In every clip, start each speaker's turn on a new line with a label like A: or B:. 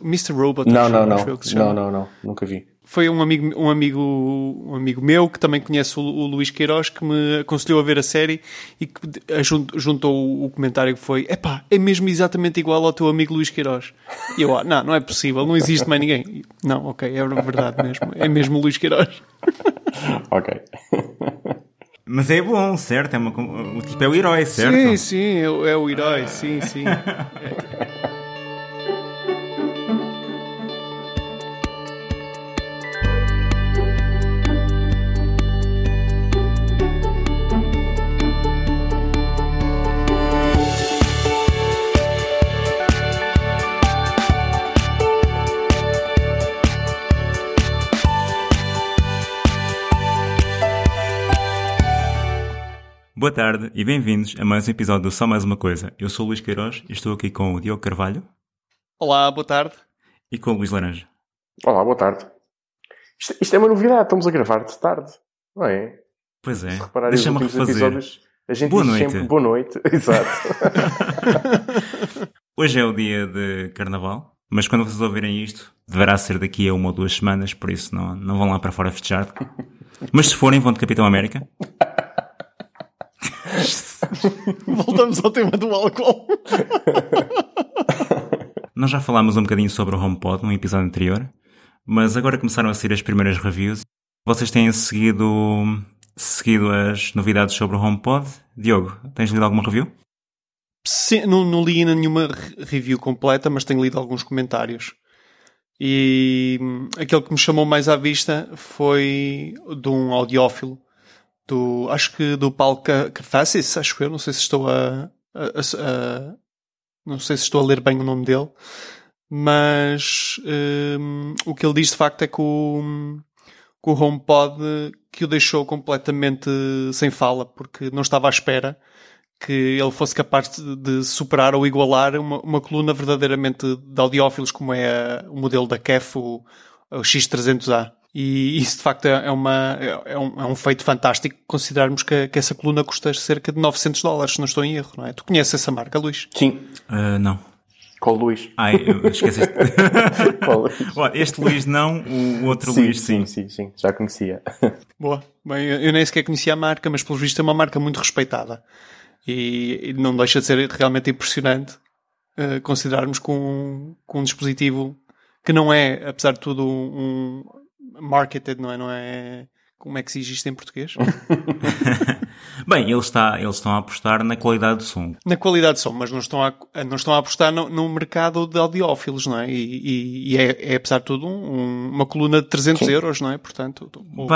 A: Mr. Robot.
B: Não. Nunca vi.
A: Foi um amigo meu que também conhece o Luís Queiroz que me aconselhou a ver a série e que juntou o comentário que foi: epá, é mesmo exatamente igual ao teu amigo Luís Queiroz. E eu, não é possível, não existe mais ninguém. Não, ok, é verdade mesmo. É mesmo o Luís Queiroz.
B: Ok.
C: Mas é bom, certo? O tipo é o herói, certo?
A: Sim, é o herói, sim.
C: Boa tarde e bem-vindos a mais um episódio do Só Mais Uma Coisa. Eu sou o Luís Queiroz e estou aqui com o Diogo Carvalho.
A: Olá, boa tarde.
C: E com o Luís Laranja.
B: Olá, boa tarde. Isto é uma novidade, estamos a gravar de tarde, não é?
C: Pois é,
B: deixa-me refazer. A gente boa noite. Sempre boa noite, exato.
C: Hoje é o dia de Carnaval, mas quando vocês ouvirem isto, deverá ser daqui a 1 ou 2 semanas, por isso não vão lá para fora festejar. Mas se forem, vão de Capitão América.
A: Voltamos ao tema do álcool.
C: Nós já falámos um bocadinho sobre o HomePod num episódio anterior, mas agora começaram a sair as primeiras reviews. Vocês têm seguido as novidades sobre o HomePod? Diogo, tens lido alguma review?
A: Sim, não li ainda nenhuma review completa, mas tenho lido alguns comentários. E aquele que me chamou mais à vista foi de um audiófilo. Acho que do Paulo Carfacis, acho eu, não sei se estou não sei se estou a ler bem o nome dele, mas o que ele diz de facto é que o HomePod que o deixou completamente sem fala, porque não estava à espera que ele fosse capaz de superar ou igualar uma coluna verdadeiramente de audiófilos como é o modelo da KEF, o X300A. E isso de facto é um feito fantástico considerarmos que essa coluna custa cerca de $900, se não estou em erro, não é? Tu conheces essa marca, Luís?
B: Sim.
C: Não.
B: Qual Luís?
C: Eu esqueci. Este Luís não, o outro
B: sim,
C: Luís sim.
B: Sim, já conhecia.
A: Boa. Bem, eu nem sequer conhecia a marca, mas pelo visto é uma marca muito respeitada. E não deixa de ser realmente impressionante considerarmos que um dispositivo que não é, apesar de tudo, um marketed, não é? Como é que se diz isto em português?
C: Bem, eles estão a apostar na qualidade do som.
A: Na qualidade do som, mas não estão a apostar no mercado de audiófilos, não é? E é apesar de tudo, uma coluna de 300 euros, não é? Portanto,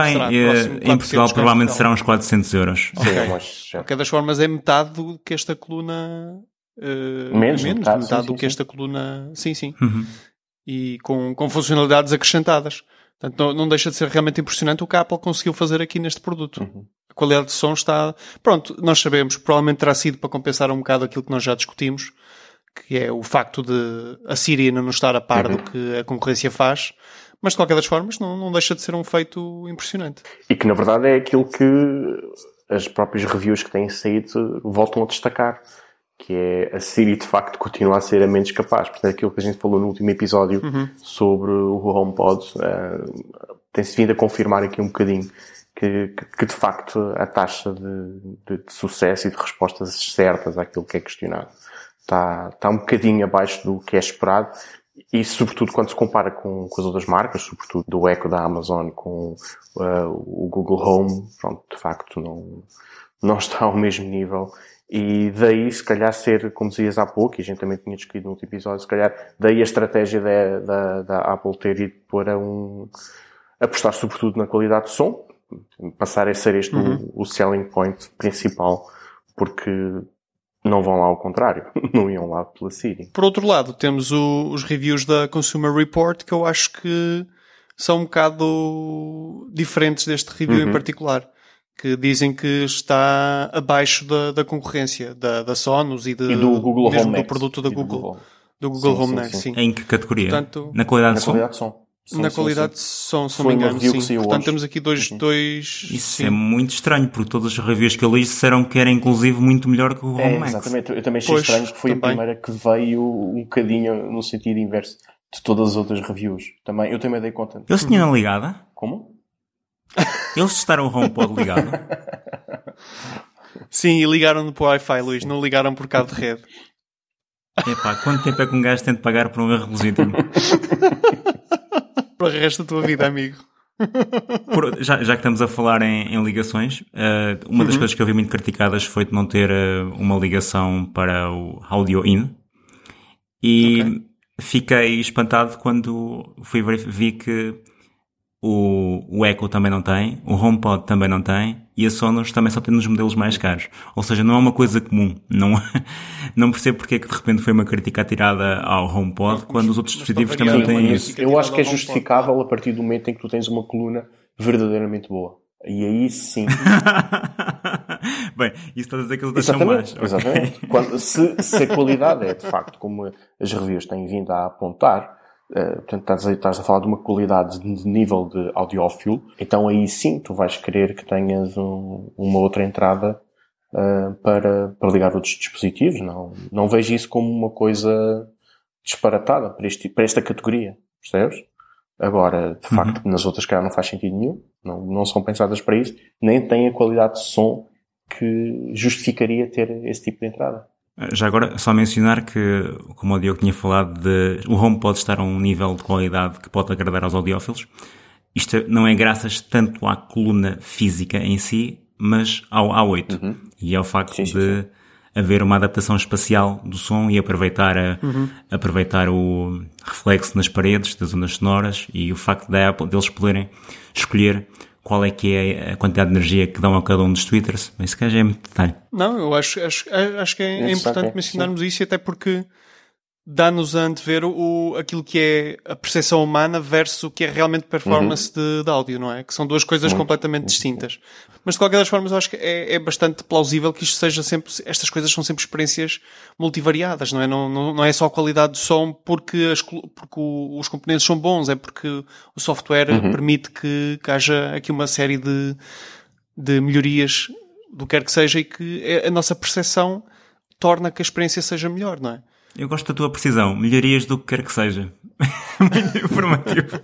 C: em Portugal provavelmente serão uns 400 euros.
A: De qualquer das formas, é metade do que esta coluna...
B: menos metade
A: do que esta coluna... Sim.
C: Uhum.
A: E com funcionalidades acrescentadas. Portanto, não deixa de ser realmente impressionante o que a Apple conseguiu fazer aqui neste produto.
B: Uhum.
A: A qualidade de som está... Pronto, nós sabemos, provavelmente terá sido para compensar um bocado aquilo que nós já discutimos, que é o facto de a Siri ainda não estar a par do que a concorrência faz, mas de qualquer das formas não deixa de ser um feito impressionante.
B: E que na verdade é aquilo que as próprias reviews que têm saído voltam a destacar, que é a Siri de facto continua a ser a menos capaz. Portanto, aquilo que a gente falou no último episódio sobre o HomePod tem-se vindo a confirmar aqui um bocadinho que de facto a taxa de sucesso e de respostas certas àquilo que é questionado está um bocadinho abaixo do que é esperado, e sobretudo quando se compara com as outras marcas, sobretudo do Echo da Amazon com o Google Home, pronto, de facto não está ao mesmo nível. E daí, se calhar, ser, como dizias há pouco, e a gente também tinha discutido no outro episódio, se calhar, daí a estratégia da Apple ter ido para apostar sobretudo na qualidade de som, passar a ser este o selling point principal, porque não vão lá ao contrário, não iam lá pela Siri.
A: Por outro lado, temos os reviews da Consumer Report, que eu acho que são um bocado diferentes deste review em particular, que dizem que está abaixo da concorrência da Sonos e
B: do Google
A: mesmo
B: Home
A: do
B: Next.
A: produto da Google. Do Google Home Next, sim.
C: Em que categoria?
A: Portanto,
C: na qualidade de som?
A: Na qualidade de som, se não
B: Foi
A: me
B: uma
A: engano,
B: review que
A: sim.
B: saiu
A: Portanto,
B: hoje.
A: temos aqui dois...
C: Isso
A: sim.
C: é muito estranho, porque todas as reviews que eu li disseram que era inclusive muito melhor que o Home Max.
B: Exatamente. Eu também achei
A: Pois,
B: estranho que foi
A: também.
B: a primeira que veio um bocadinho no sentido inverso de todas as outras reviews. Eu também dei conta.
C: Eles tinham ligada?
B: Como?
C: Eles testaram o HomePod ligado?
A: Sim, e ligaram-no por Wi-Fi, Luís. Não ligaram por cabo de rede.
C: Epá, quanto tempo é que um gajo tem de pagar por um erro legítimo?
A: Para o resto da tua vida, amigo.
C: Já que estamos a falar em ligações, uma das coisas que eu vi muito criticadas foi de não ter uma ligação para o Audio In. E fiquei espantado quando vi que o Echo também não tem, o HomePod também não tem, e a Sonos também só tem nos modelos mais caros. Ou seja, não é uma coisa comum. Não percebo porque é que de repente foi uma crítica atirada ao HomePod quando os outros dispositivos também não têm isso.
B: Eu acho que é justificável a partir do momento em que tu tens uma coluna verdadeiramente boa. E aí sim.
C: Bem, isso está a dizer que eles deixam mais.
B: Exatamente. Okay. Se a qualidade é de facto como as reviews têm vindo a apontar, portanto estás a falar de uma qualidade de nível de audiófilo, então aí sim tu vais querer que tenhas uma outra entrada para ligar outros dispositivos. Não vejo isso como uma coisa disparatada para esta categoria, percebes? Agora, de facto, nas outras calhar não faz sentido nenhum, não são pensadas para isso, nem têm a qualidade de som que justificaria ter esse tipo de entrada.
C: Já agora, só mencionar que, como o Diogo tinha falado, o Home pode estar a um nível de qualidade que pode agradar aos audiófilos. Isto não é graças tanto à coluna física em si, mas ao A8. E ao facto de haver uma adaptação espacial do som e aproveitar o reflexo nas paredes das ondas sonoras, e o facto da Apple, deles poderem escolher qual é que é a quantidade de energia que dão a cada um dos tweeters. Mas isso já é muito detalhe.
A: Não, eu acho que é importante mencionarmos isso, até porque dá-nos a antever aquilo que é a percepção humana versus o que é realmente performance de áudio, não é? Que são duas coisas completamente distintas. Mas de qualquer das formas eu acho que é bastante plausível que isto seja sempre, estas coisas são sempre experiências multivariadas, não é? Não é só a qualidade do som porque os componentes são bons, é porque o software permite que haja aqui uma série de melhorias do que quer que seja, e que a nossa percepção torna que a experiência seja melhor, não é?
C: Eu gosto da tua precisão. Melhorias do que quer que seja. Muito informativo.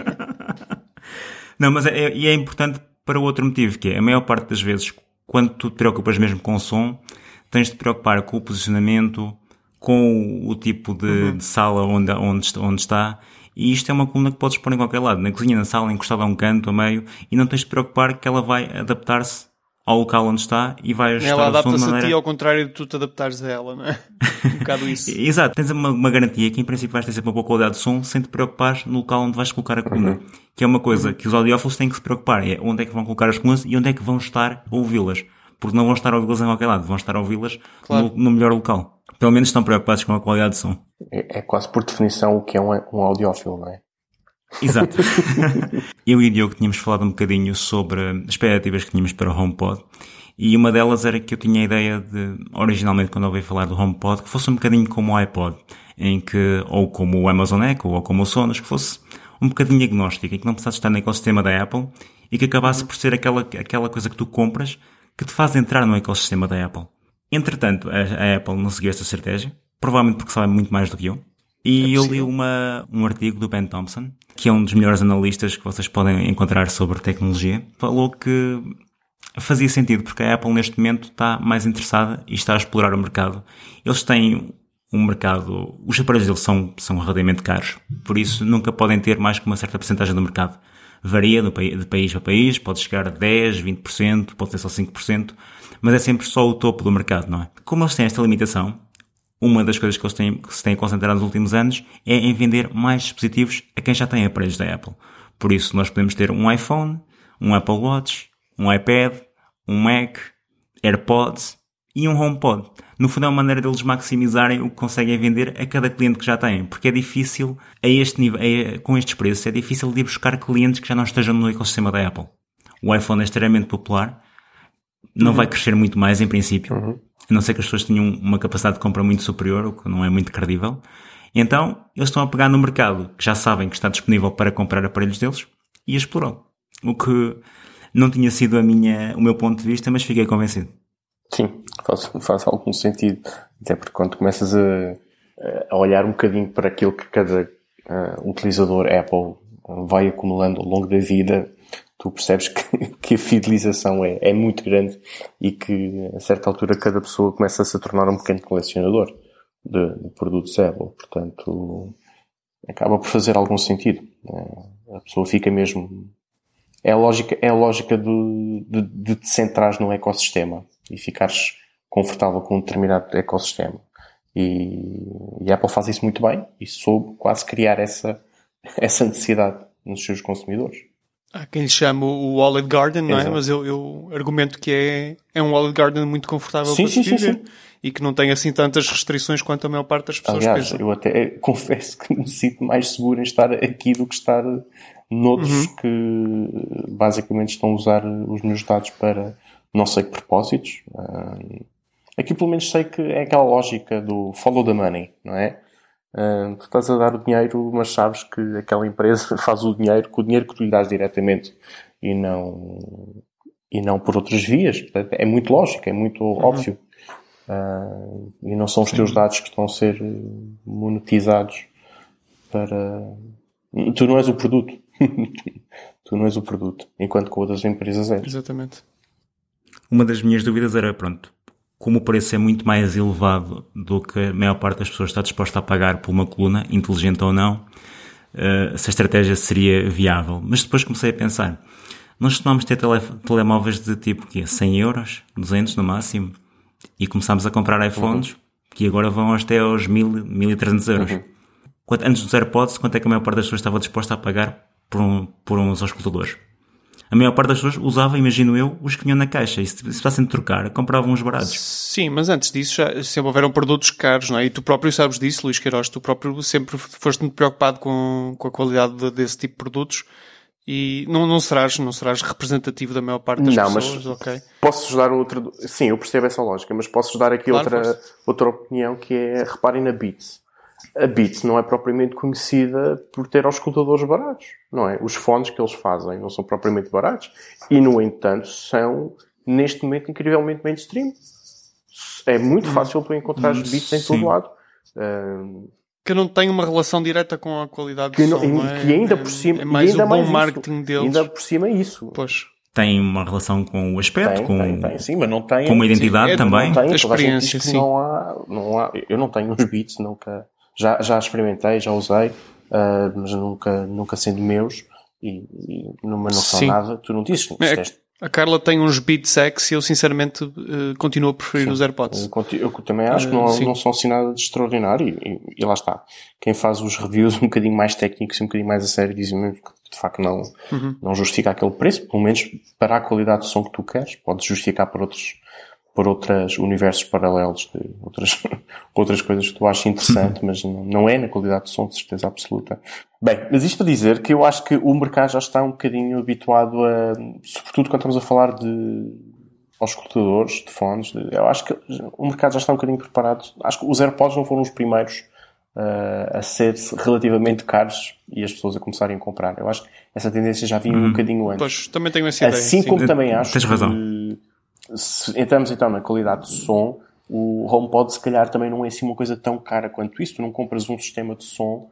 C: Não, mas é importante para outro motivo, que é, a maior parte das vezes, quando tu te preocupas mesmo com o som, tens de te preocupar com o posicionamento, com o tipo de sala onde está, e isto é uma coluna que podes pôr em qualquer lado, na cozinha, na sala, encostada a um canto, a meio, e não tens de te preocupar que ela vai adaptar-se ao local onde está e vai ajustar
A: ela
C: o som de maneira...
A: Ela adapta-se a ti ao contrário de tu te adaptares a ela, não é? Um bocado isso.
C: Exato, tens uma garantia que em princípio vais ter sempre uma boa qualidade de som sem te preocupares no local onde vais colocar a coluna. Que é uma coisa que os audiófilos têm que se preocupar, é onde é que vão colocar as colunas e onde é que vão estar a ouvi-las. Porque não vão estar a ouvi-las em qualquer lado, vão estar a ouvi-las no melhor local. Pelo menos estão preocupados com a qualidade de som.
B: É quase por definição o que é um audiófilo, não é?
C: Exato. Eu e o Diogo tínhamos falado um bocadinho sobre as expectativas que tínhamos para o HomePod, e uma delas era que eu tinha a ideia de, originalmente quando ouvi falar do HomePod, que fosse um bocadinho como o iPod, em que, ou como o Amazon Echo, ou como o Sonos, que fosse um bocadinho agnóstico, e que não precisasse estar no ecossistema da Apple, e que acabasse por ser aquela coisa que tu compras que te faz entrar no ecossistema da Apple. Entretanto, a Apple não seguiu essa estratégia, provavelmente porque sabe muito mais do que eu. E eu li um artigo do Ben Thompson, que é um dos melhores analistas que vocês podem encontrar sobre tecnologia. Falou que fazia sentido, porque a Apple neste momento está mais interessada e está a explorar o mercado. Eles têm um mercado... Os aparelhos deles são relativamente caros, por isso nunca podem ter mais que uma certa porcentagem do mercado. Varia de país para país, pode chegar a 10%, 20%, pode ser só 5%, mas é sempre só o topo do mercado, não é? Como eles têm esta limitação, uma das coisas que se têm concentrado nos últimos anos é em vender mais dispositivos a quem já tem aparelhos da Apple. Por isso, nós podemos ter um iPhone, um Apple Watch, um iPad, um Mac, AirPods e um HomePod. No fundo, é uma maneira deles maximizarem o que conseguem vender a cada cliente que já têm. Porque é difícil, a este nível, com estes preços, é difícil de ir buscar clientes que já não estejam no ecossistema da Apple. O iPhone é extremamente popular, não vai crescer muito mais em princípio. A não ser que as pessoas tenham uma capacidade de compra muito superior, o que não é muito credível. Então, eles estão a pegar no mercado que já sabem que está disponível para comprar aparelhos deles e a explorá-lo. O que não tinha sido o meu ponto de vista, mas fiquei convencido.
B: Sim, faz algum sentido. Até porque quando começas a olhar um bocadinho para aquilo que cada utilizador Apple vai acumulando ao longo da vida, tu percebes que a fidelização é muito grande e que a certa altura cada pessoa começa a se tornar um pequeno colecionador de produtos Apple. Portanto, acaba por fazer algum sentido. A pessoa fica mesmo... É a lógica de te centrares num ecossistema e ficares confortável com um determinado ecossistema. E a Apple faz isso muito bem e soube quase criar essa necessidade nos seus consumidores.
A: Há quem lhe chama o Walled Garden, não é? Mas eu argumento que é um Walled Garden muito confortável para se viver e que não tem assim tantas restrições quanto a maior parte das pessoas pensam.
B: Eu até confesso que me sinto mais seguro em estar aqui do que estar noutros que basicamente estão a usar os meus dados para não sei que propósitos. Aqui pelo menos sei que é aquela lógica do follow the money, não é? Tu estás a dar o dinheiro, mas sabes que aquela empresa faz o dinheiro com o dinheiro que tu lhe dás diretamente e não por outras vias. Portanto, é muito lógico, é muito óbvio. E não são os teus dados que estão a ser monetizados para... Tu não és o produto. Tu não és o produto, enquanto que outras empresas és.
A: Exatamente.
C: Uma das minhas dúvidas era, pronto, como o preço é muito mais elevado do que a maior parte das pessoas está disposta a pagar por uma coluna, inteligente ou não, se a estratégia seria viável. Mas depois comecei a pensar, nós costumamos ter telemóveis de tipo 100 euros, 200 no máximo, e começámos a comprar iPhones que agora vão até aos 1.000, 1.300 euros. Antes dos AirPods, quanto é que a maior parte das pessoas estava disposta a pagar por uns auscultadores? A maior parte das pessoas usava, imagino eu, os que vinham na caixa. E se precisassem de trocar, compravam uns baratos.
A: Sim, mas antes disso já sempre houveram produtos caros, não é? E tu próprio sabes disso, Luís Queiroz. Tu próprio sempre foste muito preocupado com a qualidade desse tipo de produtos e não serás representativo da maior parte das pessoas, ok?
B: Posso dar outra... Sim, eu percebo essa lógica, mas posso dar aqui outra opinião que é, reparem na Beats. A Beats não é propriamente conhecida por ter auscultadores baratos, não é? Os fones que eles fazem não são propriamente baratos e, no entanto, são, neste momento, incrivelmente mainstream. É muito fácil para encontrar Beats em todo lado.
A: Que não tem uma relação direta com a qualidade do som, não é?
B: Que ainda por cima...
A: É mais o bom marketing deles.
B: Ainda por cima é isso.
A: Pois.
C: Tem uma relação com o aspecto,
B: sim, mas não tem...
C: com uma identidade também.
B: Não tem,
A: a experiência, sim.
B: Não há... Eu não tenho os Beats, nunca... Já experimentei, já usei, mas nunca sendo meus e não são nada. Tu não dizes?
A: A Carla tem uns Beats X e eu sinceramente continuo a preferir os AirPods.
B: Eu também acho que não são assim nada de extraordinário e lá está. Quem faz os reviews um bocadinho mais técnicos e um bocadinho mais a sério dizem mesmo que de facto não justifica aquele preço, pelo menos para a qualidade de som que tu queres. Pode justificar por outros universos paralelos de outras coisas que tu achas interessante, mas não é na qualidade de som, de certeza absoluta. Bem, mas isto para dizer que eu acho que o mercado já está um bocadinho habituado a, sobretudo quando estamos a falar de auscultadores, de fones, eu acho que o mercado já está um bocadinho preparado. Acho que os AirPods não foram os primeiros a ser relativamente caros e as pessoas a começarem a comprar. Eu acho que essa tendência já vinha um bocadinho antes.
A: Pois, também tenho essa ideia.
B: Assim como também acho
C: Tens razão.
B: Se entramos então na qualidade de som, o HomePod se calhar também não é assim uma coisa tão cara quanto isso. Tu não compras um sistema de som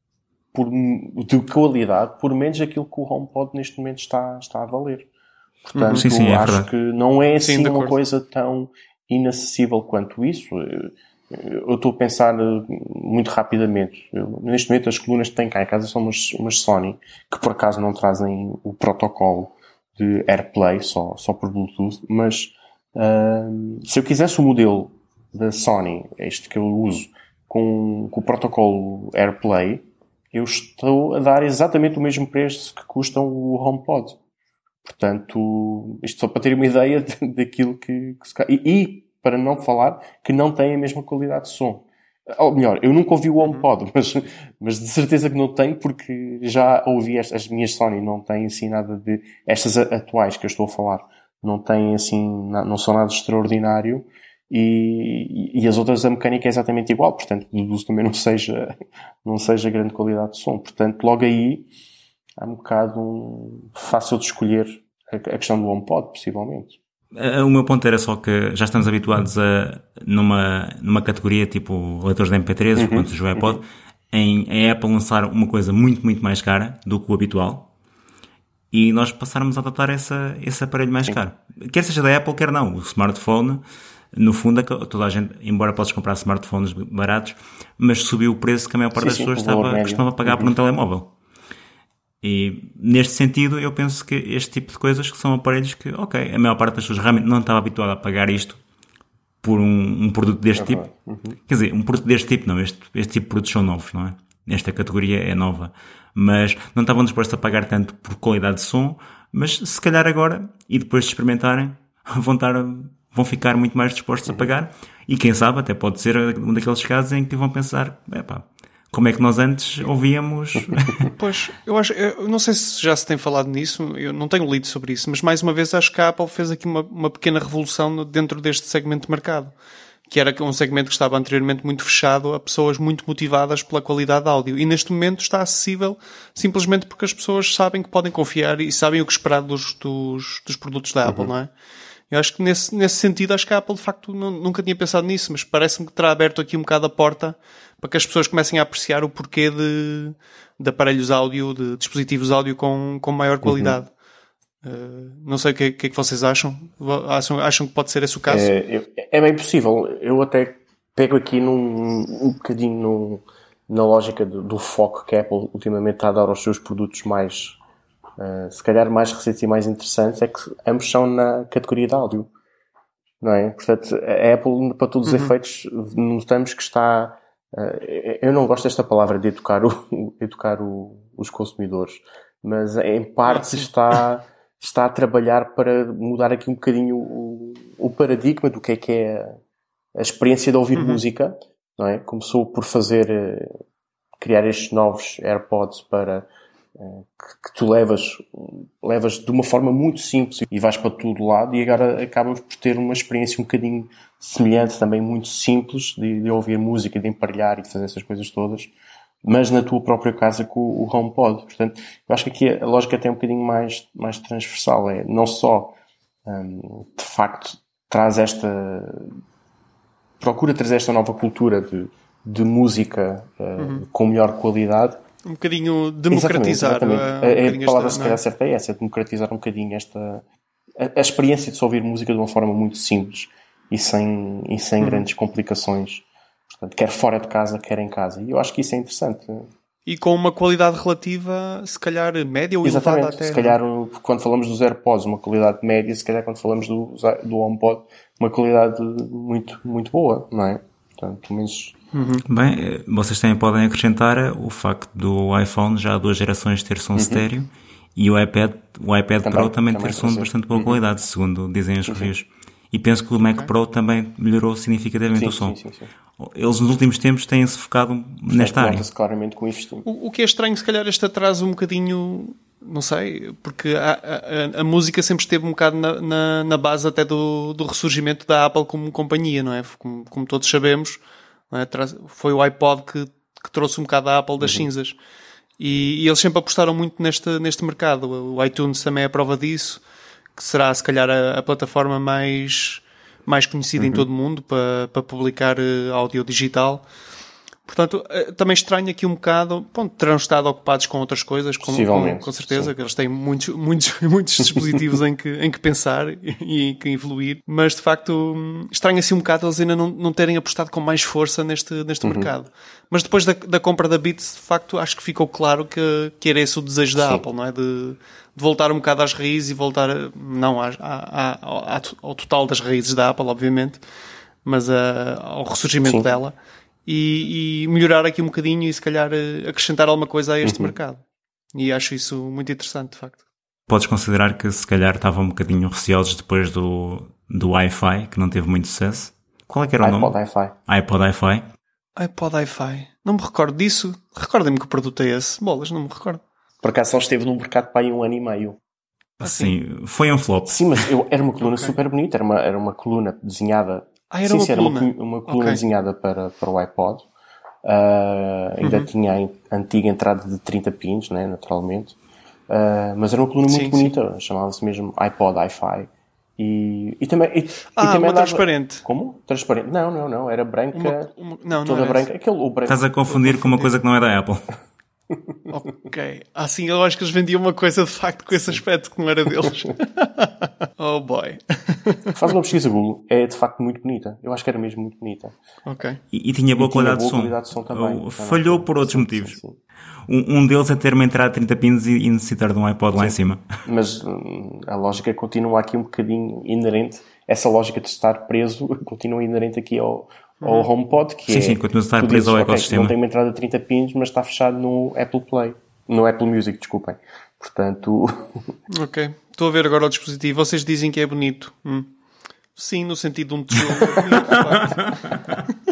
B: de qualidade por menos aquilo que o HomePod neste momento está a valer. Portanto, acho que não é assim uma coisa tão inacessível quanto isso. Eu estou a pensar muito rapidamente. Neste momento as colunas que tenho cá em casa são umas Sony, que por acaso não trazem o protocolo de AirPlay, só por Bluetooth, mas se eu quisesse o modelo da Sony, este que eu uso, com o protocolo AirPlay, eu estou a dar exatamente o mesmo preço que custam o HomePod. Portanto, isto só para ter uma ideia daquilo que se... E para não falar que não tem a mesma qualidade de som. Ou melhor, eu nunca ouvi o HomePod, mas de certeza que não tenho, porque já ouvi as minhas Sony, não têm assim nada de... Estas atuais que eu estou a falar, não têm assim, não são nada extraordinário, e as outras a mecânica é exatamente igual, portanto, deduzo também não seja grande qualidade de som. Portanto, logo aí, é um bocado fácil de escolher a questão do HomePod, possivelmente.
C: O meu ponto era só que já estamos habituados a, numa categoria tipo leitores de MP3, quanto o iPod, em a Apple lançar uma coisa muito, muito mais cara do que o habitual e nós passarmos a adotar esse aparelho mais caro. Quer seja da Apple, quer não. O smartphone, no fundo, toda a gente, embora possas comprar smartphones baratos, mas subiu o preço que a maior parte das pessoas costumava pagar por um telemóvel. E neste sentido eu penso que este tipo de coisas que são aparelhos que, ok, a maior parte das pessoas realmente não estava habituada a pagar isto por um produto deste tipo. Quer dizer, um produto deste tipo não, este tipo de produtos são novos, não é? Esta categoria é nova. Mas não estavam dispostos a pagar tanto por qualidade de som, mas se calhar agora, e depois de experimentarem, vão ficar muito mais dispostos a pagar. E quem sabe, até pode ser um daqueles casos em que vão pensar, como é que nós antes ouvíamos?
A: Pois, eu não sei se já se tem falado nisso, eu não tenho lido sobre isso, mas mais uma vez acho que a Apple fez aqui uma pequena revolução dentro deste segmento de mercado, que era um segmento que estava anteriormente muito fechado a pessoas muito motivadas pela qualidade de áudio. E neste momento está acessível simplesmente porque as pessoas sabem que podem confiar e sabem o que esperar dos produtos da Apple, não é? Eu acho que nesse sentido, acho que a Apple de facto nunca tinha pensado nisso, mas parece-me que terá aberto aqui um bocado a porta para que as pessoas comecem a apreciar o porquê de aparelhos áudio, de dispositivos áudio com maior qualidade. Não sei o que é que vocês acham. Acham que pode ser esse o caso?
B: É bem possível. Eu até pego aqui um bocadinho na lógica do foco que a Apple ultimamente está a dar aos seus produtos mais, se calhar mais recentes e mais interessantes, é que ambos são na categoria de áudio. Não é? Portanto, a Apple, para todos os efeitos, notamos que está... eu não gosto desta palavra de educar os consumidores, mas em parte está a trabalhar para mudar aqui um bocadinho o paradigma do que é a experiência de ouvir música, não é? Começou por criar estes novos AirPods para que tu levas de uma forma muito simples e vais para todo lado, e agora acabamos por ter uma experiência um bocadinho semelhante, também muito simples, de ouvir música, de emparelhar e de fazer essas coisas todas, mas na tua própria casa com o HomePod. Portanto, eu acho que aqui a lógica até é um bocadinho mais transversal. É não só, de facto, procura trazer esta nova cultura de música com melhor qualidade.
A: Um bocadinho democratizar.
B: Exatamente. A palavra se calhar certa é essa, democratizar um bocadinho a experiência de se ouvir música de uma forma muito simples e sem grandes complicações. Portanto, quer fora de casa, quer em casa. E eu acho que isso é interessante.
A: E com uma qualidade relativa, se calhar média ou elevada até.
B: Se calhar, quando falamos dos AirPods, uma qualidade média, se calhar quando falamos do HomePod, uma qualidade muito, muito boa, não é? Portanto, pelo menos...
C: Bem, vocês também podem acrescentar o facto do iPhone já há 2 gerações ter som estéreo e o iPad Pro também ter som de bastante boa qualidade, segundo dizem os reviews. E penso que o Mac Pro também melhorou significativamente o som. Sim. Eles nos últimos tempos têm-se focado nesta área.
B: Claramente com investimento.
A: O que é estranho, se calhar, este atraso um bocadinho, não sei, porque a música sempre esteve um bocado na base até do ressurgimento da Apple como companhia, não é? Como todos sabemos, não é? Foi o iPod que trouxe um bocado a Apple das cinzas. E eles sempre apostaram muito neste mercado. O iTunes também é a prova disso, que será, se calhar, a plataforma mais conhecida em todo o mundo para publicar áudio digital. Portanto, também estranho aqui um bocado, terão estado ocupados com outras coisas, com certeza, que eles têm muitos dispositivos em que pensar e em que evoluir, mas de facto estranho assim um bocado eles ainda não terem apostado com mais força neste mercado. Mas depois da compra da Beats, de facto, acho que ficou claro que era esse o desejo da Apple, não é? De voltar um bocado às raízes e voltar, não ao total das raízes da Apple, obviamente, mas ao ressurgimento dela. E melhorar aqui um bocadinho e se calhar acrescentar alguma coisa a este mercado. E acho isso muito interessante, de facto.
C: Podes considerar que se calhar estavam um bocadinho receosos depois do Wi-Fi, que não teve muito sucesso. Qual é que era o nome? iPod Hi-Fi.
A: iPod Hi-Fi. Não me recordo disso. Recordem-me que o produto é esse. Bolas, não me recordo.
B: Por acaso só esteve no mercado para aí 1 ano e meio.
C: Sim, foi um flop.
B: Sim, mas era uma coluna super bonita. Era uma coluna desenhada...
A: era
B: uma coluna desenhada para o iPod. Ainda tinha a antiga entrada de 30 pins, né, naturalmente. Mas era uma coluna muito bonita. Chamava-se mesmo iPod Hi-Fi. E também
A: uma
B: andava...
A: transparente.
B: Como? Transparente? Não. Era branca.
A: Não
B: toda branca.
A: O
B: branco.
C: Estás a confundir com uma coisa que não é da Apple.
A: Ok. Assim, eu acho que eles vendiam uma coisa de facto com esse aspecto que não era deles. Oh boy.
B: Faz uma pesquisa Google. É de facto muito bonita. Eu acho que era mesmo muito bonita.
A: Ok.
C: E tinha boa qualidade de som.
B: Também.
C: Falhou por outros motivos.
B: Sim.
C: Um deles é ter uma entrada de 30 pins e necessitar de um iPod lá em cima.
B: Mas a lógica continua aqui um bocadinho inerente. Essa lógica de estar preso continua inerente aqui ao HomePod, que
C: sim, continua a estar preso ao ecossistema.
B: Não tem uma entrada de 30 pins, mas está fechado no Apple Play. No Apple Music, desculpem. Portanto...
A: Ok. Estou a ver agora o dispositivo. Vocês dizem que é bonito. Sim, no sentido de um tijolo bonito, de facto.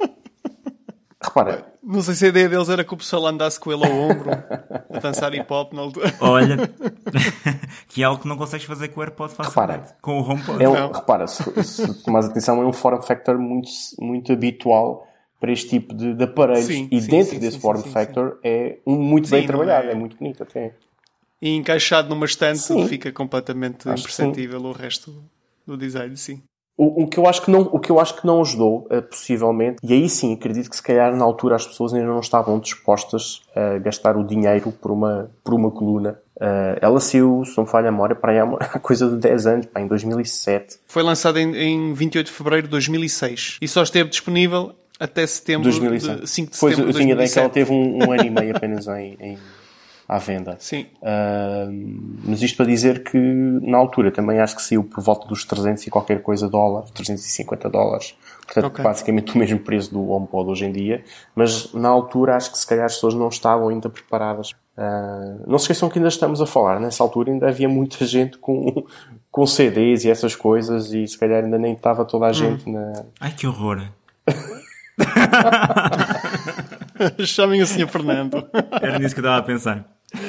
B: Repara.
A: Não sei se a ideia deles era que o pessoal andasse com ele ao ombro a dançar hip-hop na altura.
C: Olha, que é algo que não consegues fazer com o AirPod facilmente. Com o HomePod.
B: Repara, se tomares atenção, é um form factor muito, muito habitual para este tipo de aparelhos. Dentro desse form factor é muito bem trabalhado, é muito bonito até.
A: E encaixado numa estante fica completamente imperceptível o resto do design, sim.
B: O que eu acho que não ajudou, possivelmente, e aí sim, acredito que se calhar na altura as pessoas ainda não estavam dispostas a gastar o dinheiro por uma coluna. Ela saiu, se não me falha a memória, para aí há coisa de 10 anos, em 2007.
A: Foi lançada em 28 de fevereiro de 2006 e só esteve disponível até setembro
B: 2007.
A: de 5 de setembro de 2007.
B: Eu tinha ideia que ela teve um ano e meio apenas à venda.
A: Sim.
B: Mas isto para dizer que na altura também acho que saiu por volta dos 300 e qualquer coisa dólares, $350. Portanto, basicamente o mesmo preço do HomePod hoje em dia. Mas na altura acho que se calhar as pessoas não estavam ainda preparadas. Não se esqueçam que ainda estamos a falar. Nessa altura ainda havia muita gente com CDs e essas coisas e se calhar ainda nem estava toda a gente na...
C: Ai, que horror!
A: Chamem o Sr. Fernando.
C: Era nisso que eu estava a pensar.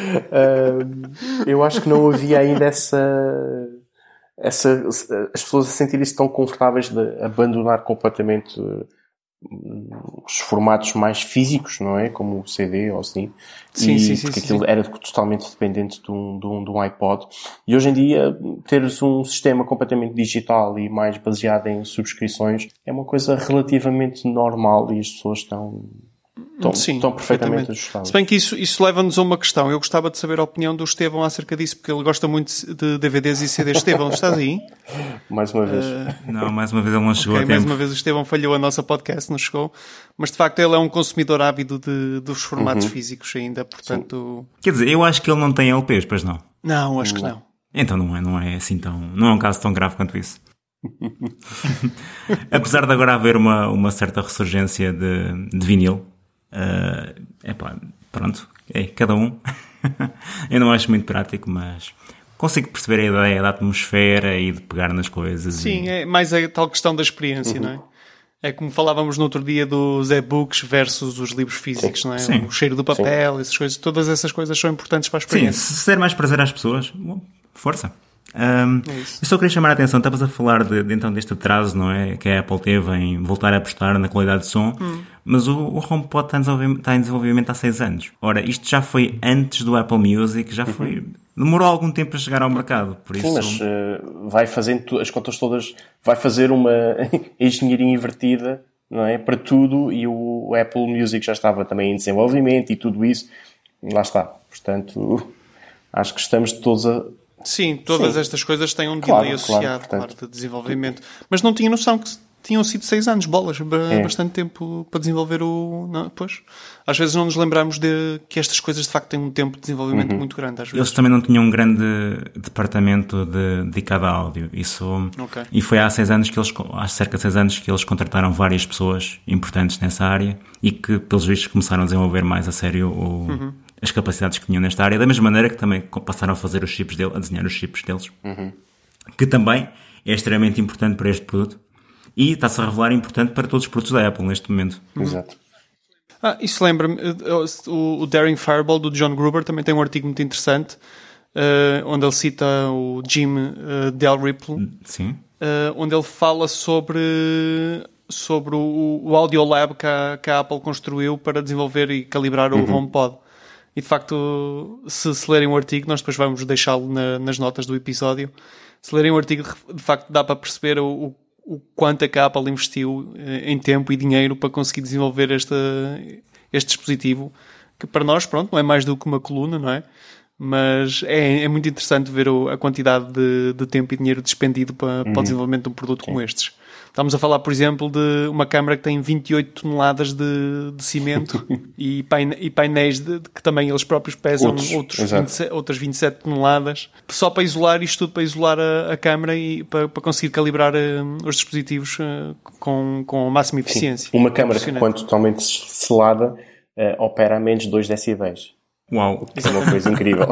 B: Eu acho que não havia ainda as pessoas a sentirem-se tão confortáveis de abandonar completamente os formatos mais físicos, não é? Como o CD ou assim. Porque aquilo era totalmente dependente de um iPod. E hoje em dia, teres um sistema completamente digital e mais baseado em subscrições é uma coisa relativamente normal e as pessoas estão perfeitamente ajustadas.
A: Se bem que isso leva-nos a uma questão. Eu gostava de saber a opinião do Estevão acerca disso, porque ele gosta muito de DVDs e CDs. Estevão, estás aí?
B: Mais uma vez.
C: Não, mais uma vez ele não chegou a tempo.
A: Mais uma vez o Estevão falhou a nossa podcast, não chegou. Mas de facto ele é um consumidor ávido dos formatos físicos ainda, portanto...
C: Quer dizer, eu acho que ele não tem LPs, pois não?
A: Não, acho que não.
C: Então não é assim tão... Não é um caso tão grave quanto isso. Apesar de agora haver uma certa ressurgência de vinil, pronto, cada um. Eu não acho muito prático, mas consigo perceber a ideia da atmosfera e de pegar nas coisas.
A: Sim, é mais a tal questão da experiência, não é? É como falávamos no outro dia dos e-books versus os livros físicos, não é?
C: Sim.
A: O cheiro do papel, essas coisas, todas essas coisas são importantes para a experiência.
C: Sim, se der mais prazer às pessoas, bom, força. Eu só queria chamar a atenção, estavas a falar então deste atraso, não é? Que a Apple teve em voltar a apostar na qualidade de som, mas o HomePod está em desenvolvimento há 6 anos. Ora, isto já foi antes do Apple Music, já foi... Demorou algum tempo a chegar ao mercado, por isso...
B: Sim, mas vai fazendo as contas todas, vai fazer uma engenharia invertida, não é? Para tudo, e o Apple Music já estava também em desenvolvimento e tudo isso, lá está. Portanto, acho que estamos todos a...
A: Sim, todas estas coisas têm um delay associado, claro, de desenvolvimento. Mas não tinha noção que tinham sido 6 anos, bolas, bastante tempo para desenvolver o... Não, pois, às vezes não nos lembramos de que estas coisas de facto têm um tempo de desenvolvimento muito grande. Às vezes.
C: Eles também não tinham um grande departamento dedicado a áudio. E foi há 6 anos há cerca de 6 anos que eles contrataram várias pessoas importantes nessa área e que, pelos vistos, começaram a desenvolver mais a sério as capacidades que tinham nesta área, da mesma maneira que também passaram a fazer os chips a desenhar os chips deles, que também é extremamente importante para este produto e está-se a revelar importante para todos os produtos da Apple neste momento.
B: Exato.
A: Isso lembra-me, o Daring Fireball do John Gruber também tem um artigo muito interessante, onde ele cita o Jim Dalrymple, onde ele fala sobre o Audio Lab que a Apple construiu para desenvolver e calibrar o HomePod. E de facto, se lerem o artigo, nós depois vamos deixá-lo nas notas do episódio. Se lerem o artigo, de facto dá para perceber o quanto a Apple investiu em tempo e dinheiro para conseguir desenvolver este dispositivo, que para nós, pronto, não é mais do que uma coluna, não é? Mas é muito interessante ver a quantidade de tempo e dinheiro despendido para o desenvolvimento de um produto como estes. Estamos a falar, por exemplo, de uma câmara que tem 28 toneladas de cimento e painéis que também eles próprios pesam outras 27 toneladas. Só para isolar isto tudo, para isolar a câmara e para conseguir calibrar os dispositivos com a máxima eficiência.
B: Sim. Uma câmara que, quando totalmente selada, opera a menos 2 decibéis.
C: Uau!
B: Isso é uma coisa incrível.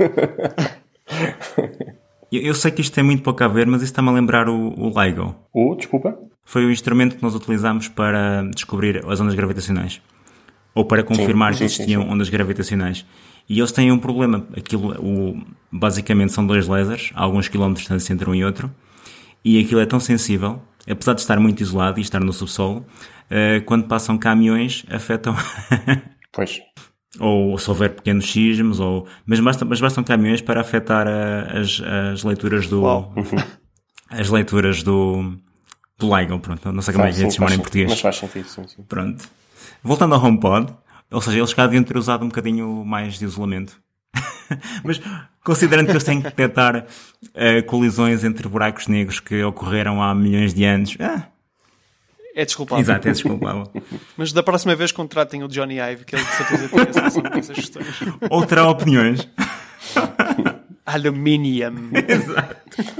C: Eu sei que isto tem muito pouco a ver, mas isso está-me a lembrar o LIGO.
B: Desculpa?
C: Foi o instrumento que nós utilizámos para descobrir as ondas gravitacionais. Ou para confirmar que existiam ondas gravitacionais. E eles têm um problema. Basicamente são 2 lasers, a alguns quilómetros de distância entre um e outro. E aquilo é tão sensível, apesar de estar muito isolado e estar no subsolo, quando passam caminhões, afetam...
B: Pois...
C: Ou se houver pequenos sismos, mas bastam caminhões para afetar as leituras do... As leituras do LIGO, pronto. Não sei como é que é de chamar em português.
B: Mas faz sentido, sim.
C: Pronto. Voltando ao HomePod, ou seja, eles cá deviam ter usado um bocadinho mais de isolamento. Mas considerando que eles têm que detectar colisões entre buracos negros que ocorreram há milhões de anos...
A: É desculpável.
C: Exato, é desculpável.
A: Mas da próxima vez contratem o Johnny Ive, que ele de certeza tem essa solução essas questões.
C: Ou terá opiniões.
A: Aluminium.
C: Exato.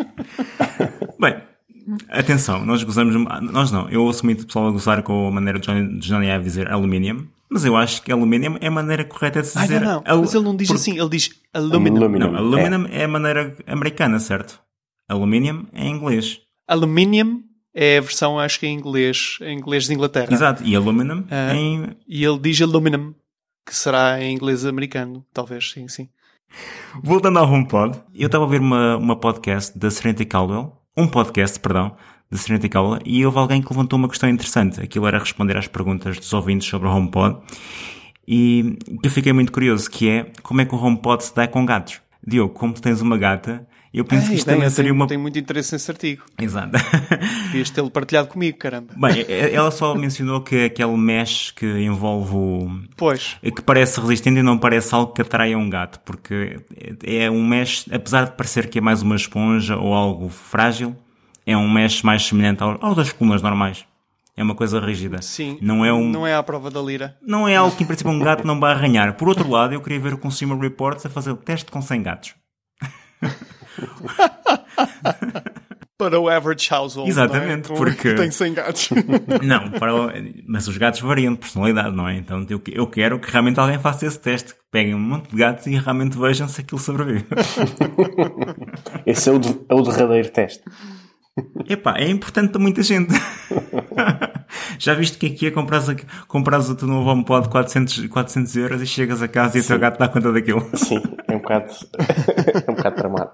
C: Bem, atenção, nós gozamos... Nós não, eu ouço muito pessoal a gozar com a maneira de Johnny Ive dizer aluminium, mas eu acho que aluminium é a maneira correta de se dizer...
A: Não. Mas ele não diz assim, ele diz aluminum.
C: Não, aluminium é a maneira americana, certo? Aluminium é em inglês.
A: Aluminium é a versão, acho que em inglês de Inglaterra.
C: Exato, e aluminum
A: E ele diz aluminum, que será em inglês americano, talvez, sim.
C: Voltando ao HomePod, eu estava a ouvir uma podcast da Serenity Caldwell, da Serenity Caldwell, e houve alguém que levantou uma questão interessante. Aquilo era responder às perguntas dos ouvintes sobre o HomePod, e eu fiquei muito curioso, que é como é que o HomePod se dá com gatos. Diogo, como tu tens uma gata... Eu penso que isto também seria uma...
A: Tenho muito interesse nesse artigo.
C: Exato.
A: Devias tê-lo partilhado comigo, caramba.
C: Bem, ela só mencionou que aquele mesh que envolve
A: Pois.
C: que parece resistente e não parece algo que atraia um gato, porque é um mesh, apesar de parecer que é mais uma esponja ou algo frágil, é um mesh mais semelhante ao das colunas normais. É uma coisa rígida.
A: Sim.
C: Não
A: é à prova da lira.
C: Não é algo que, em princípio, um gato não vai arranhar. Por outro lado, eu queria ver o Consumer Reports a fazer o teste com 100 gatos.
B: para o average household.
C: Exatamente,
B: não é?
C: porque...
B: Tem 100 gatos.
C: Não, mas os gatos variam de personalidade, não é? Então eu quero que realmente alguém faça esse teste, que peguem um monte de gatos e realmente vejam se aquilo sobrevive.
B: Esse é o derradeiro teste.
C: Epá, é importante para muita gente. Já viste que aqui é compras o teu novo HomePod 400 euros e chegas a casa e o teu gato dá conta daquilo.
B: Sim, é um bocado tramado.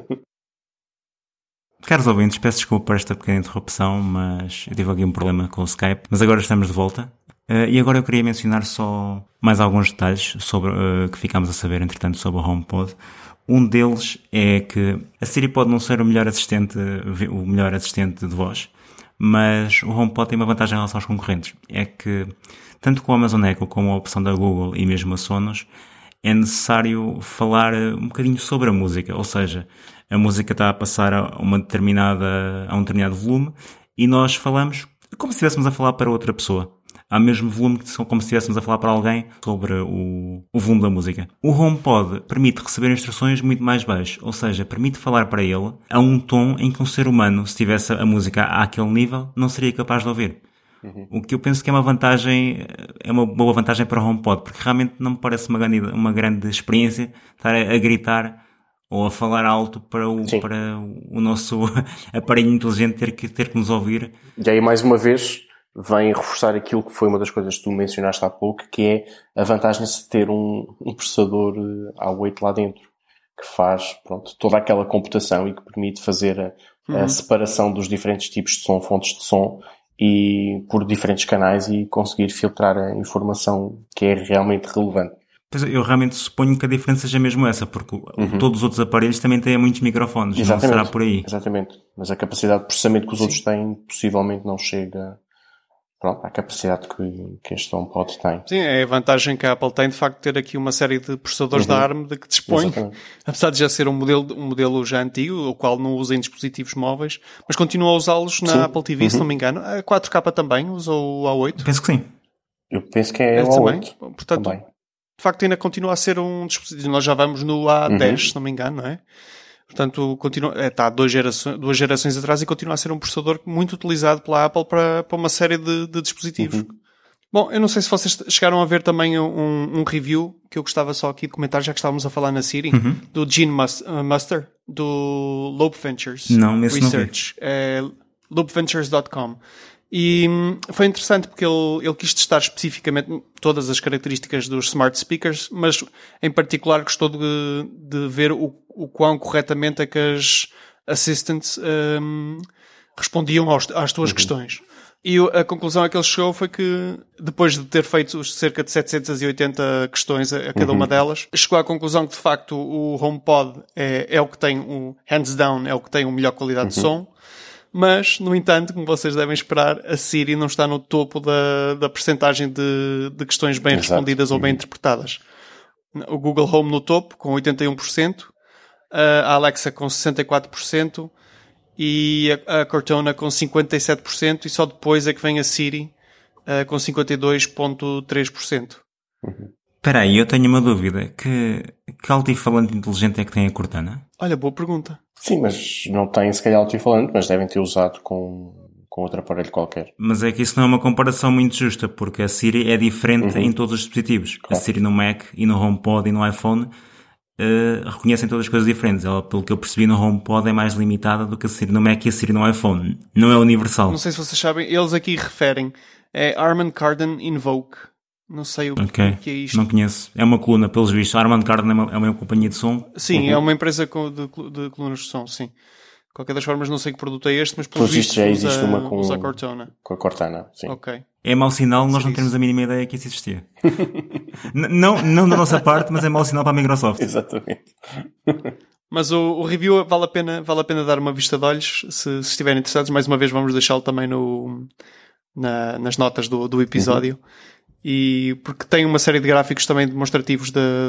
C: Caros ouvintes, peço desculpa por esta pequena interrupção, mas eu tive aqui um problema com o Skype. Mas agora estamos de volta. E agora eu queria mencionar só mais alguns detalhes sobre, que ficámos a saber, entretanto, sobre o HomePod. Um deles é que a Siri pode não ser o melhor assistente de voz, mas o HomePod tem uma vantagem em relação aos concorrentes. É que, tanto com o Amazon Echo como a opção da Google e mesmo a Sonos, é necessário falar um bocadinho sobre a música. Ou seja, a música está a passar a um determinado volume e nós falamos como se estivéssemos a falar para outra pessoa. Há mesmo volume como se estivéssemos a falar para alguém sobre o volume da música. O HomePod permite receber instruções muito mais baixo, ou seja, permite falar para ele a um tom em que um ser humano, se tivesse a música àquele nível, não seria capaz de ouvir. O que eu penso que é uma boa vantagem para o HomePod, porque realmente não me parece uma grande experiência estar a gritar ou a falar alto para o nosso aparelho inteligente ter que nos ouvir.
B: E aí, mais uma vez, vem reforçar aquilo que foi uma das coisas que tu mencionaste há pouco, que é a vantagem de ter um processador A8 lá dentro, que faz toda aquela computação e que permite fazer a separação dos diferentes tipos de som, fontes de som, e por diferentes canais e conseguir filtrar a informação que é realmente relevante.
C: Pois eu realmente suponho que a diferença seja mesmo essa, porque todos os outros aparelhos também têm muitos microfones,
B: Exatamente.
C: não será por aí.
B: Exatamente. Mas a capacidade de processamento que os outros têm possivelmente não chega, pronto, à capacidade que este HomePod tem.
A: Sim, é a vantagem que a Apple tem de facto ter aqui uma série de processadores da ARM de que dispõe, apesar de já ser um modelo já antigo, o qual não usa em dispositivos móveis, mas continua a usá-los na Apple TV, se não me engano. A 4K também usa o A8?
C: Penso que sim.
B: Eu penso que é o A8.
A: Portanto,
B: também.
A: De facto ainda continua a ser um dispositivo. Nós já vamos no A10, se não me engano, não é? Portanto, está duas gerações atrás e continua a ser um processador muito utilizado pela Apple para uma série de dispositivos. Bom, eu não sei se vocês chegaram a ver também um review que eu gostava só aqui de comentar, já que estávamos a falar na Siri, do Gene Muster, do Loop Ventures Research. É loopventures.com. E foi interessante porque ele quis testar especificamente todas as características dos smart speakers, mas em particular gostou de ver o quão corretamente é que as assistants respondiam às tuas questões. E a conclusão a que ele chegou foi que, depois de ter feito cerca de 780 questões a cada uma delas, chegou à conclusão que, de facto, o HomePod é o que tem, hands down, é o que tem a melhor qualidade de som. Mas, no entanto, como vocês devem esperar, a Siri não está no topo da percentagem de questões bem respondidas ou bem interpretadas. O Google Home no topo, com 81%, a Alexa com 64% e a Cortana com 57%, e só depois é que vem a Siri com 52,3%.
C: Espera aí, eu tenho uma dúvida. Que altifalante inteligente é que tem a Cortana?
A: Olha, boa pergunta.
B: Sim, mas não tem se calhar altifalante, mas devem ter usado com outro aparelho qualquer.
C: Mas é que isso não é uma comparação muito justa, porque a Siri é diferente em todos os dispositivos. Claro. A Siri no Mac e no HomePod e no iPhone reconhecem todas as coisas diferentes. Ela, pelo que eu percebi, no HomePod é mais limitada do que a Siri no Mac e a Siri no iPhone. Não é universal.
A: Não sei se vocês sabem, eles aqui referem Harman Kardon Invoke. Não sei o que é isto.
C: Não conheço. É uma coluna, pelos vistos. A Harman Kardon é uma companhia de som.
A: Sim, é uma empresa de colunas de som, sim. De qualquer das formas, não sei que produto é este, mas pelos vistos
B: já existe uma
A: usa a Cortana.
B: Com a Cortana, sim.
A: Ok.
C: É mau sinal nós não termos a mínima ideia que isso existia. não da nossa parte, mas é mau sinal para a Microsoft.
B: Exatamente.
A: Mas o review vale a pena dar uma vista de olhos, se estiverem interessados. Mais uma vez vamos deixá-lo também nas notas do episódio. E porque tem uma série de gráficos também demonstrativos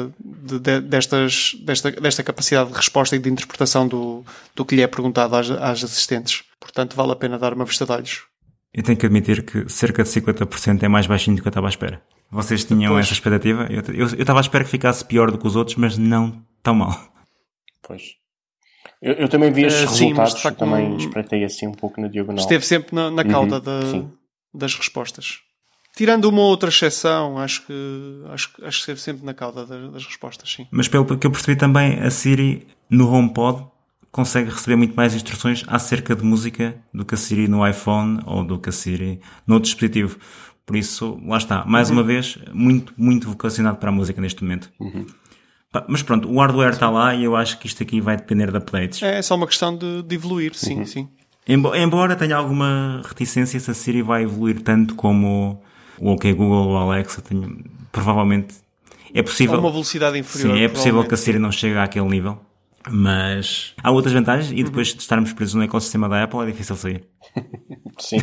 A: desta capacidade de resposta e de interpretação do que lhe é perguntado às assistentes. Portanto, vale a pena dar uma vista de olhos.
C: Eu tenho que admitir que cerca de 50% é mais baixinho do que eu estava à espera. Vocês tinham essa expectativa? Eu estava à espera que ficasse pior do que os outros, mas não tão mal.
B: Pois. Eu também vi estes resultados,
A: mas, facto,
B: também espreitei assim um pouco na diagonal.
A: Esteve sempre na cauda das respostas. Tirando uma outra exceção, acho que esteve sempre na cauda das respostas, sim.
C: Mas pelo que eu percebi também, a Siri no HomePod consegue receber muito mais instruções acerca de música do que a Siri no iPhone ou do que a Siri no outro dispositivo. Por isso, lá está. Mais uma vez, muito, muito vocacionado para a música neste momento. Mas pronto, o hardware está lá e eu acho que isto aqui vai depender de updates.
A: É só uma questão de evoluir, sim.
C: Embora tenha alguma reticência se a Siri vai evoluir tanto como o OK Google ou a Alexa, provavelmente é possível.
A: A uma velocidade inferior.
C: Sim, é possível que a Siri não chegue àquele nível. Mas há outras vantagens e depois de estarmos presos no ecossistema da Apple é difícil sair.
B: Sim.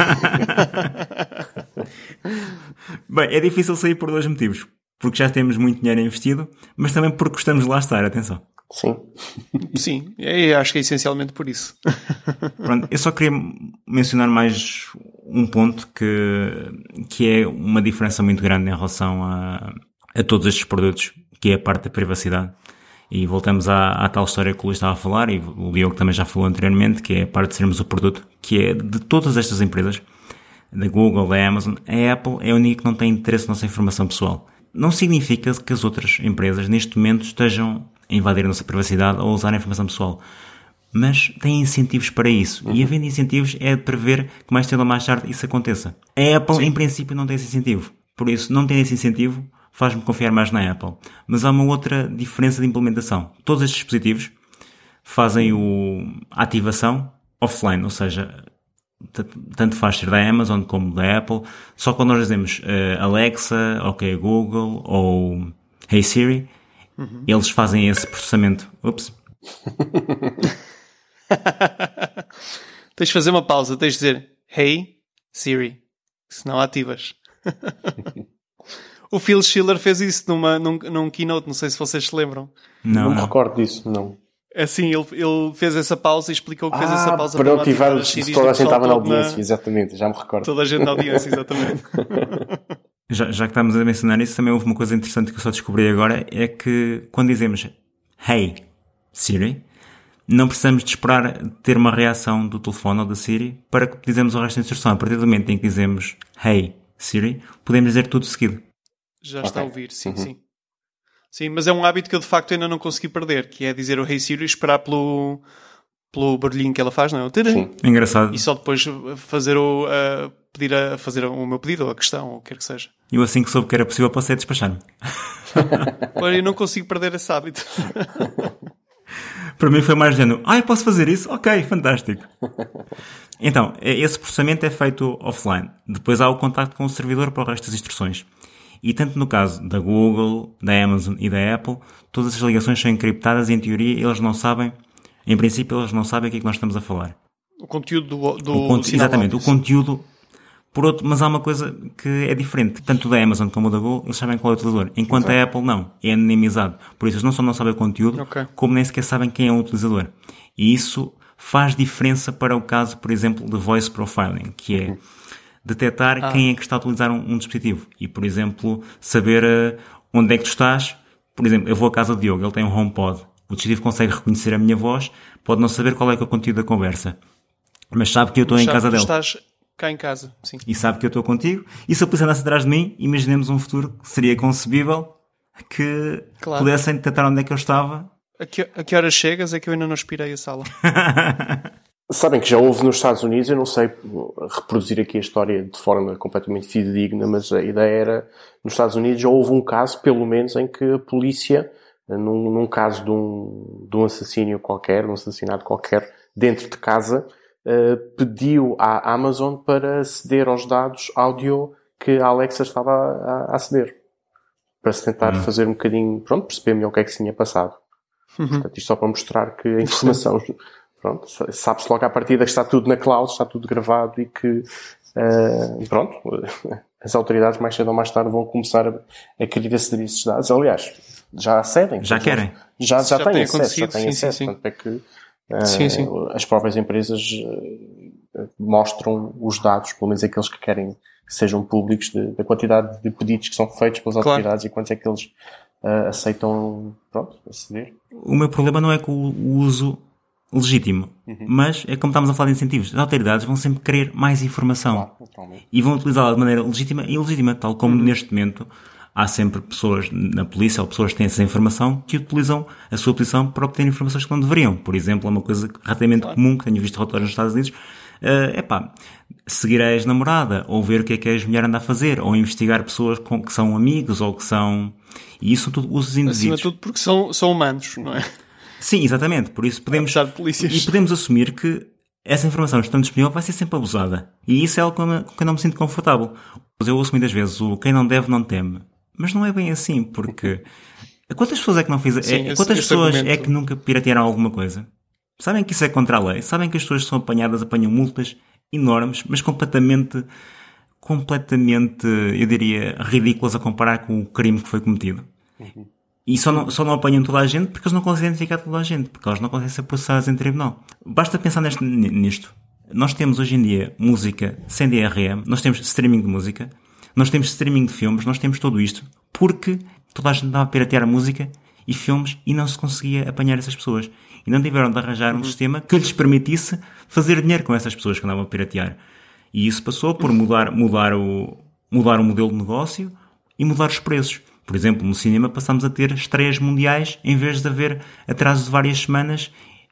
C: Bem, é difícil sair por dois motivos. Porque já temos muito dinheiro investido, mas também porque gostamos de lá estar, atenção.
A: Sim, acho que é essencialmente por isso.
C: Pronto, eu só queria mencionar mais um ponto que é uma diferença muito grande em relação a todos estes produtos, que é a parte da privacidade. E voltamos à tal história que o Luís estava a falar, e o Diogo também já falou anteriormente, que é a parte de sermos o produto, que é de todas estas empresas, da Google, da Amazon, a Apple é a única que não tem interesse na nossa informação pessoal. Não significa que as outras empresas neste momento estejam a invadir a nossa privacidade ou a usar a informação pessoal, mas têm incentivos para isso. E havendo incentivos é de prever que mais cedo ou mais tarde isso aconteça. A Apple, em princípio, não tem esse incentivo. Por isso, não ter esse incentivo faz-me confiar mais na Apple. Mas há uma outra diferença de implementação. Todos estes dispositivos fazem a ativação offline, ou seja, tanto faz ser da Amazon como da Apple, só quando nós dizemos Alexa, OK Google ou Hey Siri, eles fazem esse processamento. Ups.
A: Tens de fazer uma pausa, tens de dizer Hey Siri, senão ativas. O Phil Schiller fez isso num keynote, não sei se vocês se lembram.
B: Não me recordo disso, não.
A: Assim, ele fez essa pausa e explicou que fez essa pausa
B: para ativar as Siris. Toda a gente estava na audiência, exatamente, já me recordo.
A: Toda a gente na audiência, exatamente.
C: Já que estamos a mencionar isso, também houve uma coisa interessante que eu só descobri agora, é que quando dizemos Hey Siri, não precisamos de esperar ter uma reação do telefone ou da Siri para que dizemos o resto da instrução. A partir do momento em que dizemos Hey Siri, podemos dizer tudo seguido.
A: Já está a ouvir, sim, sim. Sim, mas é um hábito que eu de facto ainda não consegui perder, que é dizer o Hey Siri e esperar pelo barulhinho que ela faz, não é?
C: Sim. Engraçado.
A: E só depois fazer pedir a fazer o meu pedido ou a questão, ou o que quer que seja.
C: Eu assim que soube que era possível passei a despachar-me.
A: Eu não consigo perder esse hábito.
C: Para mim foi mais género. Eu posso fazer isso? Ok, fantástico. Então, esse processamento é feito offline. Depois há o contacto com o servidor para o resto das instruções. E tanto no caso da Google, da Amazon e da Apple, todas as ligações são encriptadas e em teoria eles não sabem, em princípio eles não sabem o que é que nós estamos a falar.
A: O conteúdo do
C: exatamente, o conteúdo. Mas há uma coisa que é diferente. Tanto da Amazon como da Google, eles sabem qual é o utilizador. Enquanto a Apple não. É anonimizado. Por isso eles não só não sabem o conteúdo, como nem sequer sabem quem é o utilizador. E isso faz diferença para o caso, por exemplo, de voice profiling, que é detectar quem é que está a utilizar um dispositivo. E, por exemplo, saber onde é que tu estás. Por exemplo, eu vou à casa do Diogo, ele tem um HomePod. O dispositivo consegue reconhecer a minha voz, pode não saber qual é que é o conteúdo da conversa. Mas sabe que eu estou em casa dele.
A: Estás cá em casa, sim.
C: E sabe que eu estou contigo. E se a polícia andasse atrás de mim, imaginemos um futuro que seria concebível que pudessem detectar onde é que eu estava.
A: A que horas chegas? É que eu ainda não aspirei a sala.
B: Sabem que já houve nos Estados Unidos, eu não sei reproduzir aqui a história de forma completamente fidedigna, mas a ideia era, nos Estados Unidos já houve um caso, pelo menos, em que a polícia, num caso de um assassínio qualquer, de um assassinato qualquer, dentro de casa, pediu à Amazon para aceder aos dados áudio que a Alexa estava a aceder. Para se tentar fazer um bocadinho, perceber melhor o que é que se tinha passado. Portanto, isto só para mostrar que a informação, sabe-se logo à partida que está tudo na cloud, está tudo gravado e que, as autoridades mais cedo ou mais tarde vão começar a querer aceder a esses dados. Aliás, já acedem.
C: Já querem.
B: Já têm acesso. Portanto, é que as próprias empresas mostram os dados, pelo menos aqueles que querem que sejam públicos, da quantidade de pedidos que são feitos pelas autoridades e quantos é que eles aceitam aceder.
C: O meu problema não é com o uso legítimo, mas é como estamos a falar de incentivos. As autoridades vão sempre querer mais informação e vão utilizá-la de maneira legítima e ilegítima, tal como neste momento há sempre pessoas na polícia ou pessoas que têm essa informação que utilizam a sua posição para obter informações que não deveriam. Por exemplo, é uma coisa relativamente comum que tenho visto relatórios nos Estados Unidos, seguir a ex-namorada, ou ver o que é que a ex-mulher anda a fazer, ou investigar pessoas que são amigos, ou que são... E isso são tudo usos indevidos.
A: Acima de tudo porque são humanos, não é?
C: Sim, exatamente. Por isso podemos... E podemos assumir que essa informação estando disponível vai ser sempre abusada. E isso é algo com que eu não me sinto confortável. Eu ouço muitas vezes o quem não deve não teme. Mas não é bem assim, porque... Quantas pessoas é que não fizeram... Quantas pessoas é que nunca piratearam alguma coisa? Sabem que isso é contra a lei? Sabem que as pessoas que são apanhadas apanham multas enormes, mas completamente, eu diria, ridículas a comparar com o crime que foi cometido. E só não apanham toda a gente porque eles não conseguem identificar toda a gente, porque eles não conseguem ser processados em tribunal. Basta pensar nisto. Nós temos hoje em dia música sem DRM, nós temos streaming de música, nós temos streaming de filmes, nós temos tudo isto, porque toda a gente andava a piratear a música e filmes e não se conseguia apanhar essas pessoas. E não tiveram de arranjar um sistema que lhes permitisse fazer dinheiro com essas pessoas que andavam a piratear. E isso passou por mudar o modelo de negócio e mudar os preços. Por exemplo, no cinema passamos a ter estreias mundiais em vez de haver atrasos de várias semanas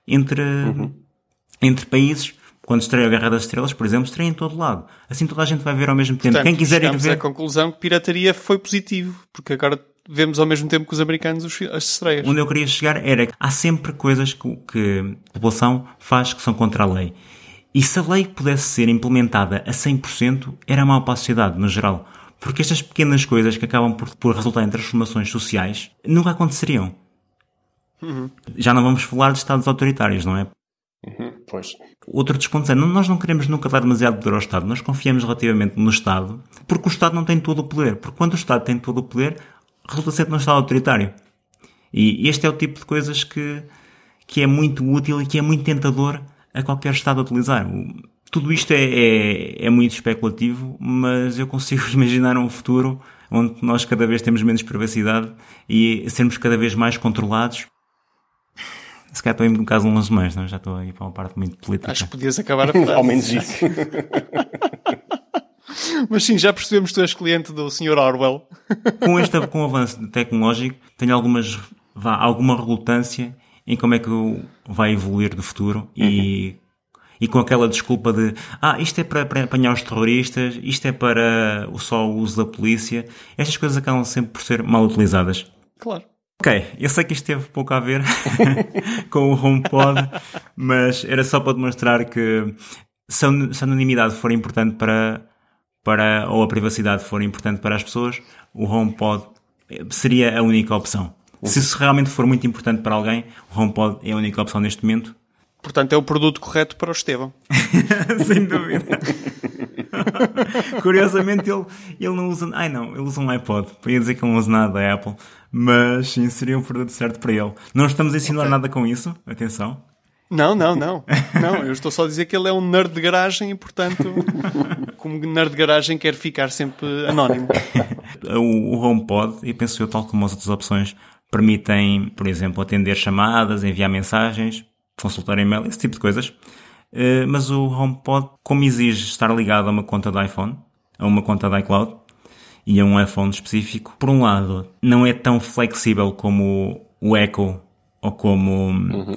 C: entre países. Quando estreia a Guerra das Estrelas, por exemplo, estreia em todo lado. Assim toda a gente vai ver ao mesmo tempo.
A: Portanto,
C: quem quiser ir ver...
A: à conclusão que pirataria foi positivo, porque agora vemos ao mesmo tempo que os americanos as estreias.
C: Onde eu queria chegar era que há sempre coisas que a população faz que são contra a lei. E se a lei pudesse ser implementada a 100%, era mau para a sociedade, no geral. Porque estas pequenas coisas que acabam por resultar em transformações sociais nunca aconteceriam. Já não vamos falar de Estados autoritários, não é?
B: Pois.
C: Outro dos pontos é, nós não queremos nunca dar demasiado poder ao Estado. Nós confiamos relativamente no Estado, porque o Estado não tem todo o poder. Porque quando o Estado tem todo o poder, resulta sempre num Estado autoritário. E este é o tipo de coisas que é muito útil e que é muito tentador a qualquer Estado utilizar. Tudo isto é muito especulativo, mas eu consigo imaginar um futuro onde nós cada vez temos menos privacidade e sermos cada vez mais controlados. Se calhar estou em um caso longe demais, não? Já estou aí para uma parte muito política.
A: Acho que podias acabar a frase.
B: Ao menos isso.
A: Mas sim, já percebemos que tu és cliente do Sr. Orwell.
C: Com o avanço tecnológico, tenho alguma relutância em como é que vai evoluir no futuro e com aquela desculpa de isto é para apanhar os terroristas, isto é para só o uso da polícia. Estas coisas acabam sempre por ser mal utilizadas.
A: Claro.
C: Ok, eu sei que isto teve pouco a ver com o HomePod, mas era só para demonstrar que se a anonimidade for importante ou a privacidade for importante para as pessoas, o HomePod seria a única opção. Se isso realmente for muito importante para alguém, o HomePod é a única opção neste momento.
A: Portanto, é o produto correto para o Estevão.
C: Sem dúvida. Curiosamente, ele não usa... ele usa um iPod. Podia dizer que ele não usa nada da Apple, mas sim, seria um produto certo para ele. Não estamos a insinuar nada com isso. Atenção.
A: Não. Não, eu estou só a dizer que ele é um nerd de garagem e, portanto, como nerd de garagem, quer ficar sempre anónimo.
C: O HomePod, e penso eu, tal como as outras opções, permitem, por exemplo, atender chamadas, enviar mensagens, consultar e-mail, esse tipo de coisas. Mas o HomePod, como exige estar ligado a uma conta de iPhone, a uma conta de iCloud e a um iPhone específico, por um lado, não é tão flexível como o Echo ou como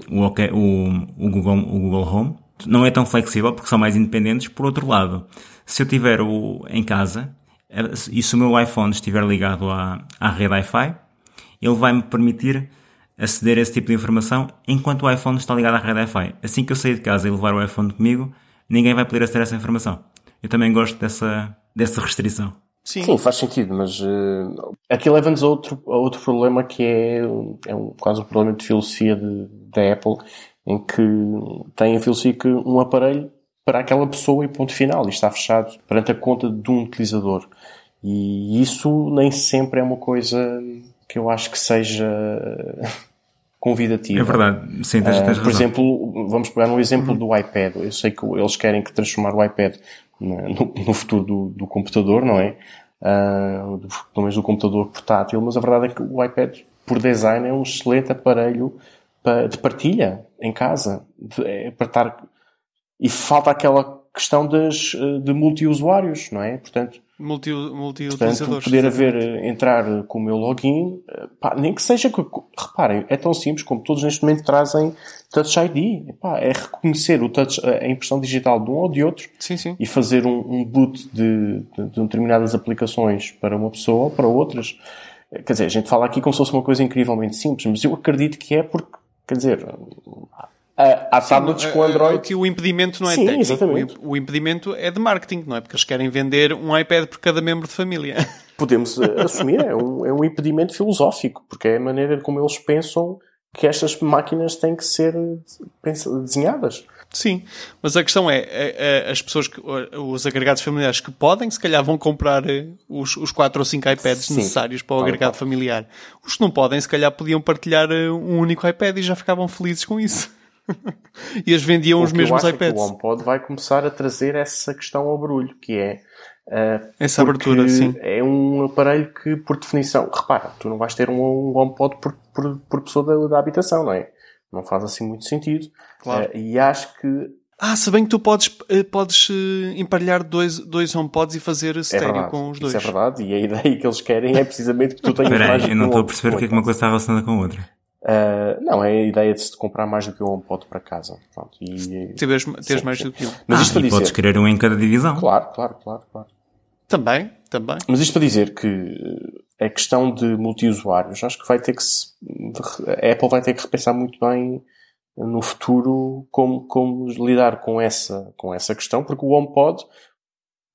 C: o Google Home. Não é tão flexível porque são mais independentes. Por outro lado, se eu tiver em casa e se o meu iPhone estiver ligado à rede Wi-Fi, ele vai-me permitir aceder a esse tipo de informação enquanto o iPhone está ligado à rede Wi-Fi. Assim que eu sair de casa e levar o iPhone comigo, ninguém vai poder aceder a essa informação. Eu também gosto dessa restrição.
B: Sim, faz sentido, mas aqui leva-nos a outro problema que é quase um problema de filosofia da Apple, em que tem a filosofia que um aparelho para aquela pessoa e ponto final, e está fechado perante a conta de um utilizador. E isso nem sempre é uma coisa que eu acho que seja convidativa.
C: É verdade. Sim, tens razão.
B: Por exemplo, vamos pegar um exemplo do iPad. Eu sei que eles querem transformar o iPad no futuro do computador, não é? Pelo menos do computador portátil, mas a verdade é que o iPad, por design, é um excelente aparelho de partilha em casa. Para estar... E falta aquela questão de multi-usuários, não é? Portanto,
A: multi-utilizadores.
B: Poder entrar com o meu login, nem que seja... Reparem, é tão simples como todos neste momento trazem Touch ID. É reconhecer a impressão digital de um ou de outro.
A: Sim.
B: E fazer um boot de determinadas aplicações para uma pessoa ou para outras. Quer dizer, a gente fala aqui como se fosse uma coisa incrivelmente simples, mas eu acredito que é porque, quer dizer... Há tablets com Android...
A: Que o impedimento não é
B: técnico.
A: Exatamente. O impedimento é de marketing, não é? Porque eles querem vender um iPad por cada membro de família.
B: Podemos assumir, é um impedimento filosófico, porque é a maneira como eles pensam que estas máquinas têm que ser desenhadas.
A: Sim, mas a questão as pessoas, os agregados familiares que podem, se calhar vão comprar os 4 ou 5 iPads necessários para o agregado familiar. Os que não podem, se calhar podiam partilhar um único iPad e já ficavam felizes com isso. E eles vendiam os mesmos iPads.
B: O HomePod vai começar a trazer essa questão ao barulho, que é
A: essa abertura, sim.
B: É um aparelho que, por definição, repara, tu não vais ter um HomePod por pessoa da habitação, não é? Não faz assim muito sentido.
A: Claro.
B: E acho que...
A: se bem que tu podes emparelhar dois HomePods e fazer estéreo com os dois.
B: Isso é verdade, e a ideia que eles querem é precisamente que tu tenhas mais do que
C: eu não estou a perceber porque é que uma coisa está relacionada com a outra.
B: Não, é a ideia de se comprar mais do que um HomePod para casa. Pronto,
A: teres mais do que um.
B: Mas isto para dizer...
C: podes querer um em cada divisão.
B: Claro.
A: Também.
B: Mas isto para dizer que a questão de multiusuários, acho que vai ter que a Apple vai ter que repensar muito bem no futuro como lidar com essa questão, porque o HomePod,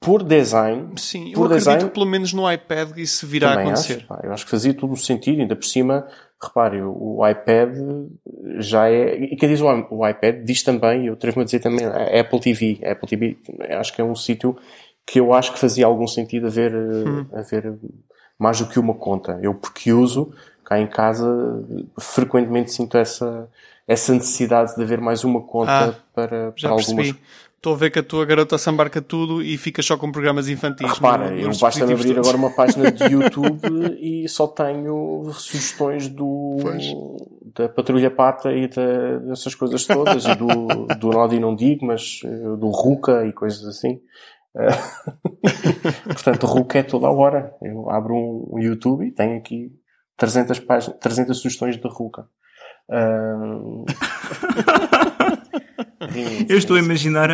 B: por design...
A: Sim, eu acredito que pelo menos no iPad isso virá a acontecer.
B: Eu acho que fazia todo o sentido, ainda por cima, repare, o iPad já é... E quem diz o iPad diz também, eu atrevo-me a dizer também, a Apple TV. A Apple TV acho que é um sítio que eu acho que fazia algum sentido haver mais do que uma conta. Eu, porque uso, cá em casa, frequentemente sinto essa necessidade de haver mais uma conta para algumas...
A: Estou a ver que a tua garota se embarca tudo e ficas só com programas infantis.
B: Repara, eu basta-me abrir agora uma página de YouTube e só tenho sugestões da Patrulha Pata e dessas coisas todas, e do Nodi Não Digo, mas do Ruka e coisas assim. Portanto, o Ruka é toda a hora. Eu abro um YouTube e tenho aqui 300 sugestões de Ruka.
C: Eu estou a imaginar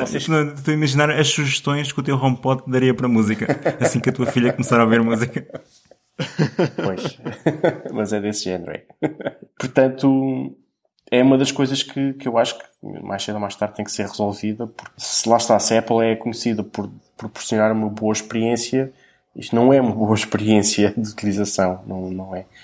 C: as sugestões que o teu HomePod daria para música, assim que a tua filha começar a ouvir música.
B: Pois, mas é desse género, é. Portanto, é uma das coisas que eu acho que mais cedo ou mais tarde tem que ser resolvida, porque se a Apple é conhecida por proporcionar uma boa experiência, isto não é uma boa experiência de utilização, não é.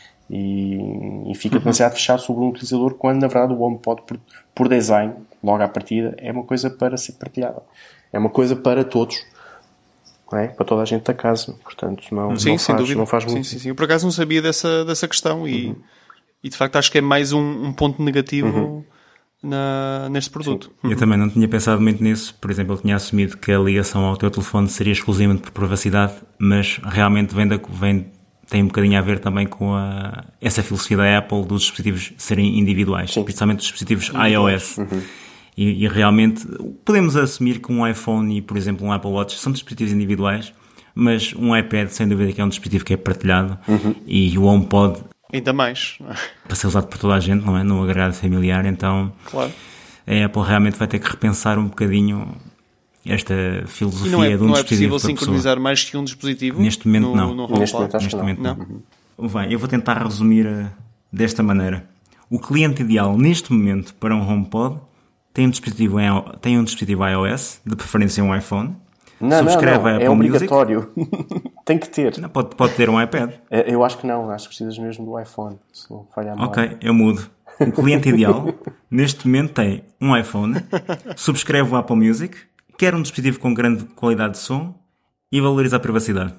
B: E fica demasiado fechado sobre um utilizador, quando na verdade o HomePod, por design, logo à partida, é uma coisa para ser partilhada. É uma coisa para todos. Não é? Para toda a gente da casa. Portanto, não faz muito.
A: Sim. Eu por acaso não sabia dessa questão e de facto acho que é mais um ponto negativo neste produto.
C: Eu também não tinha pensado muito nisso. Por exemplo, eu tinha assumido que a ligação ao teu telefone seria exclusivamente por privacidade, mas realmente tem um bocadinho a ver também com essa filosofia da Apple dos dispositivos serem individuais, principalmente os dispositivos iOS. E realmente podemos assumir que um iPhone e, por exemplo, um Apple Watch são dispositivos individuais, mas um iPad, sem dúvida, que é um dispositivo que é partilhado, e o HomePod
A: ainda mais,
C: para ser usado por toda a gente, não é? No agregado familiar. Então
A: claro,
C: a Apple realmente vai ter que repensar um bocadinho esta filosofia de um dispositivo.
A: Não é possível sincronizar mais que um dispositivo?
C: Neste momento não.
A: Neste
C: momento não. Bem, eu vou tentar resumir desta maneira. O cliente ideal neste momento para um HomePod tem um dispositivo iOS, de preferência um iPhone. Subscreve a Apple
B: é obrigatório. Tem que ter.
C: Não, pode ter um iPad.
B: Eu acho que não. Acho que precisas mesmo do iPhone. Se não falhar mal.
C: Ok, eu mudo. O cliente ideal neste momento tem um iPhone, subscreve o Apple Music, quer um dispositivo com grande qualidade de som e valoriza a privacidade.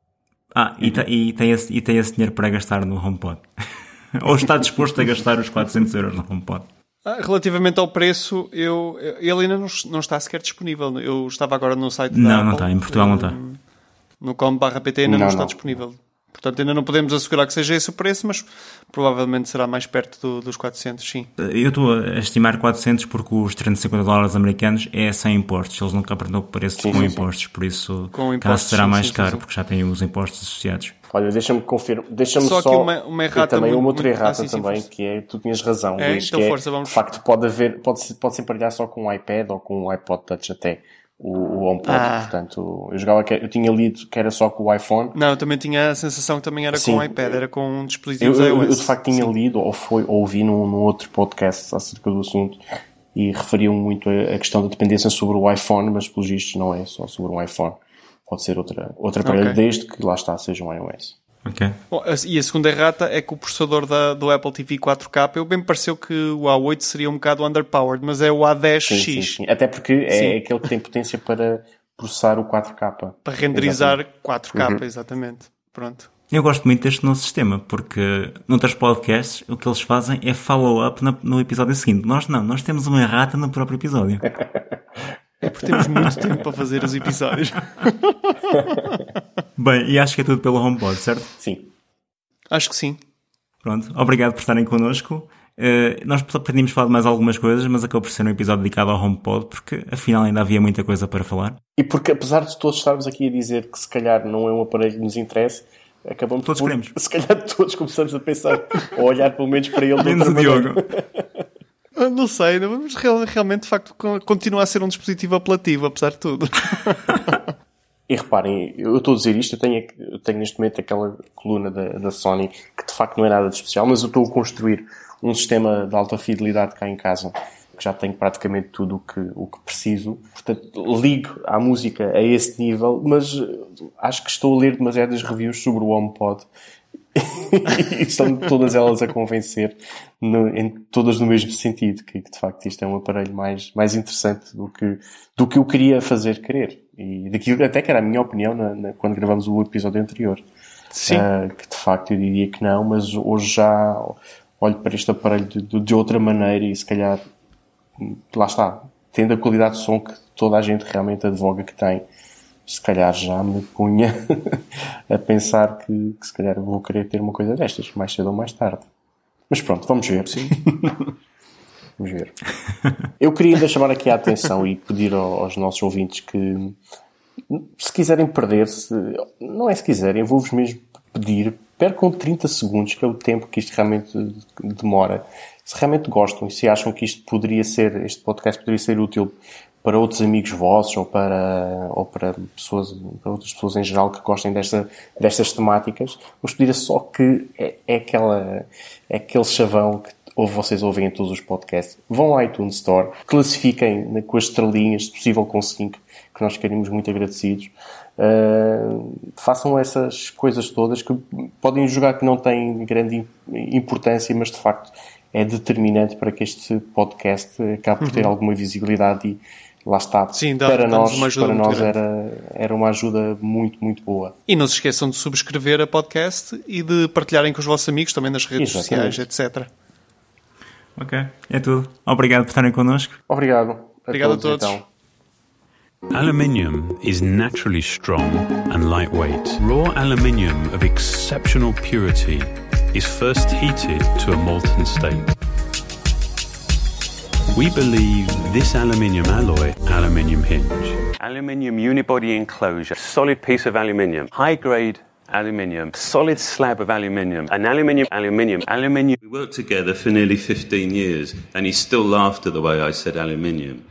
C: E tem esse dinheiro para gastar no HomePod. Ou está disposto a gastar os 400 euros no HomePod.
A: Relativamente ao preço, ele ainda não está sequer disponível. Eu estava agora no site da
C: Não
A: Apple.
C: Não está, em Portugal não está.
A: No com/pt ainda não está disponível. Portanto, ainda não podemos assegurar que seja esse o preço, mas provavelmente será mais perto dos 400, sim.
C: Eu estou a estimar 400 porque os $350 americanos é sem impostos. Eles nunca aprendem o preço com impostos, por isso será mais caro, porque já tem os impostos associados.
B: Olha, deixa-me confirmar. Deixa-me
A: só aqui uma errata.
B: Também uma outra errata também, que é, tu tinhas razão, Luís,
A: então força, vamos.
B: De facto pode-se emparelhar só com um iPad ou com um iPod Touch até. O HomePod, portanto, eu tinha lido que era só com o iPhone.
A: Não, eu também tinha a sensação que também era com o iPad, era com dispositivos iOS.
B: Eu de facto tinha lido, ou ouvi num outro podcast acerca do assunto, e referiam muito a questão da dependência sobre o iPhone, mas pelos vistos não é só sobre um iPhone. Pode ser outra aparelho, desde que lá está, seja um iOS.
C: Okay.
A: Bom, e a segunda errata é que o processador do Apple TV 4K, eu bem me pareceu que o A8 seria um bocado underpowered, mas é o A10X.
B: Sim. Até porque é aquele que tem potência para processar o 4K.
A: Para renderizar 4K, exatamente. Pronto.
C: Eu gosto muito deste novo sistema, porque noutros podcasts o que eles fazem é follow-up no episódio seguinte. Nós temos uma errata no próprio episódio.
A: É porque temos muito tempo para fazer os episódios.
C: Bem, e acho que é tudo pelo HomePod, certo?
B: Sim.
A: Acho que sim.
C: Pronto, obrigado por estarem connosco. Nós pretendíamos falar de mais algumas coisas, mas acabou por ser um episódio dedicado ao HomePod, porque afinal ainda havia muita coisa para falar.
B: E porque apesar de todos estarmos aqui a dizer que se calhar não é um aparelho que nos interesse, acabamos
C: todos queremos.
B: Se calhar todos começamos a pensar, ou olhar pelo menos para ele.
C: Menos o Diogo.
A: Não sei, mas realmente de facto continua a ser um dispositivo apelativo, apesar de tudo.
B: E reparem, eu estou a dizer isto, eu tenho neste momento aquela coluna da Sony, que de facto não é nada de especial, mas eu estou a construir um sistema de alta fidelidade cá em casa, que já tenho praticamente tudo o que preciso. Portanto, ligo à música a esse nível, mas acho que estou a ler demasiadas reviews sobre o HomePod. E estão todas elas a convencer, todas no mesmo sentido, que de facto isto é um aparelho mais interessante do que eu queria fazer querer. E daquilo até que era a minha opinião quando gravamos o episódio anterior.
A: Sim.
B: Que de facto eu diria que não, mas hoje já olho para este aparelho de outra maneira e se calhar, lá está, tendo a qualidade de som que toda a gente realmente advoga que tem, se calhar já me punha a pensar que se calhar vou querer ter uma coisa destas, mais cedo ou mais tarde. Mas pronto, vamos ver.
A: Sim.
B: Vamos ver. Eu queria ainda chamar aqui a atenção e pedir aos nossos ouvintes que, se quiserem perder-se, não é se quiserem, vou-vos mesmo pedir, percam 30 segundos, que é o tempo que isto realmente demora. Se realmente gostam e se acham que este podcast poderia ser útil para outros amigos vossos ou para outras pessoas em geral que gostem destas temáticas, vos pedir só que é aquele chavão que vocês ouvem em todos os podcasts. Vão ao iTunes Store, classifiquem com as estrelinhas, se possível com 5, que nós ficaríamos muito agradecidos. Façam essas coisas todas que podem julgar que não têm grande importância, mas de facto é determinante para que este podcast acabe por ter alguma visibilidade e lá está.
A: Sim,
B: para nós era uma ajuda muito, muito boa.
A: E não se esqueçam de subscrever a podcast e de partilharem com os vossos amigos também nas redes sociais, etc.
C: Ok, é tudo. Obrigado por estarem connosco.
B: Obrigado.
A: Obrigado a todos.
B: Então.
D: Aluminium is naturally strong and lightweight. Raw aluminium of exceptional purity is first heated to a molten state. We believe this aluminium alloy, aluminium hinge.
E: Aluminium unibody enclosure, solid piece of aluminium, high grade aluminium, solid slab of aluminium, an aluminium.
F: We worked together for nearly 15 years and he still laughed at the way I said aluminium.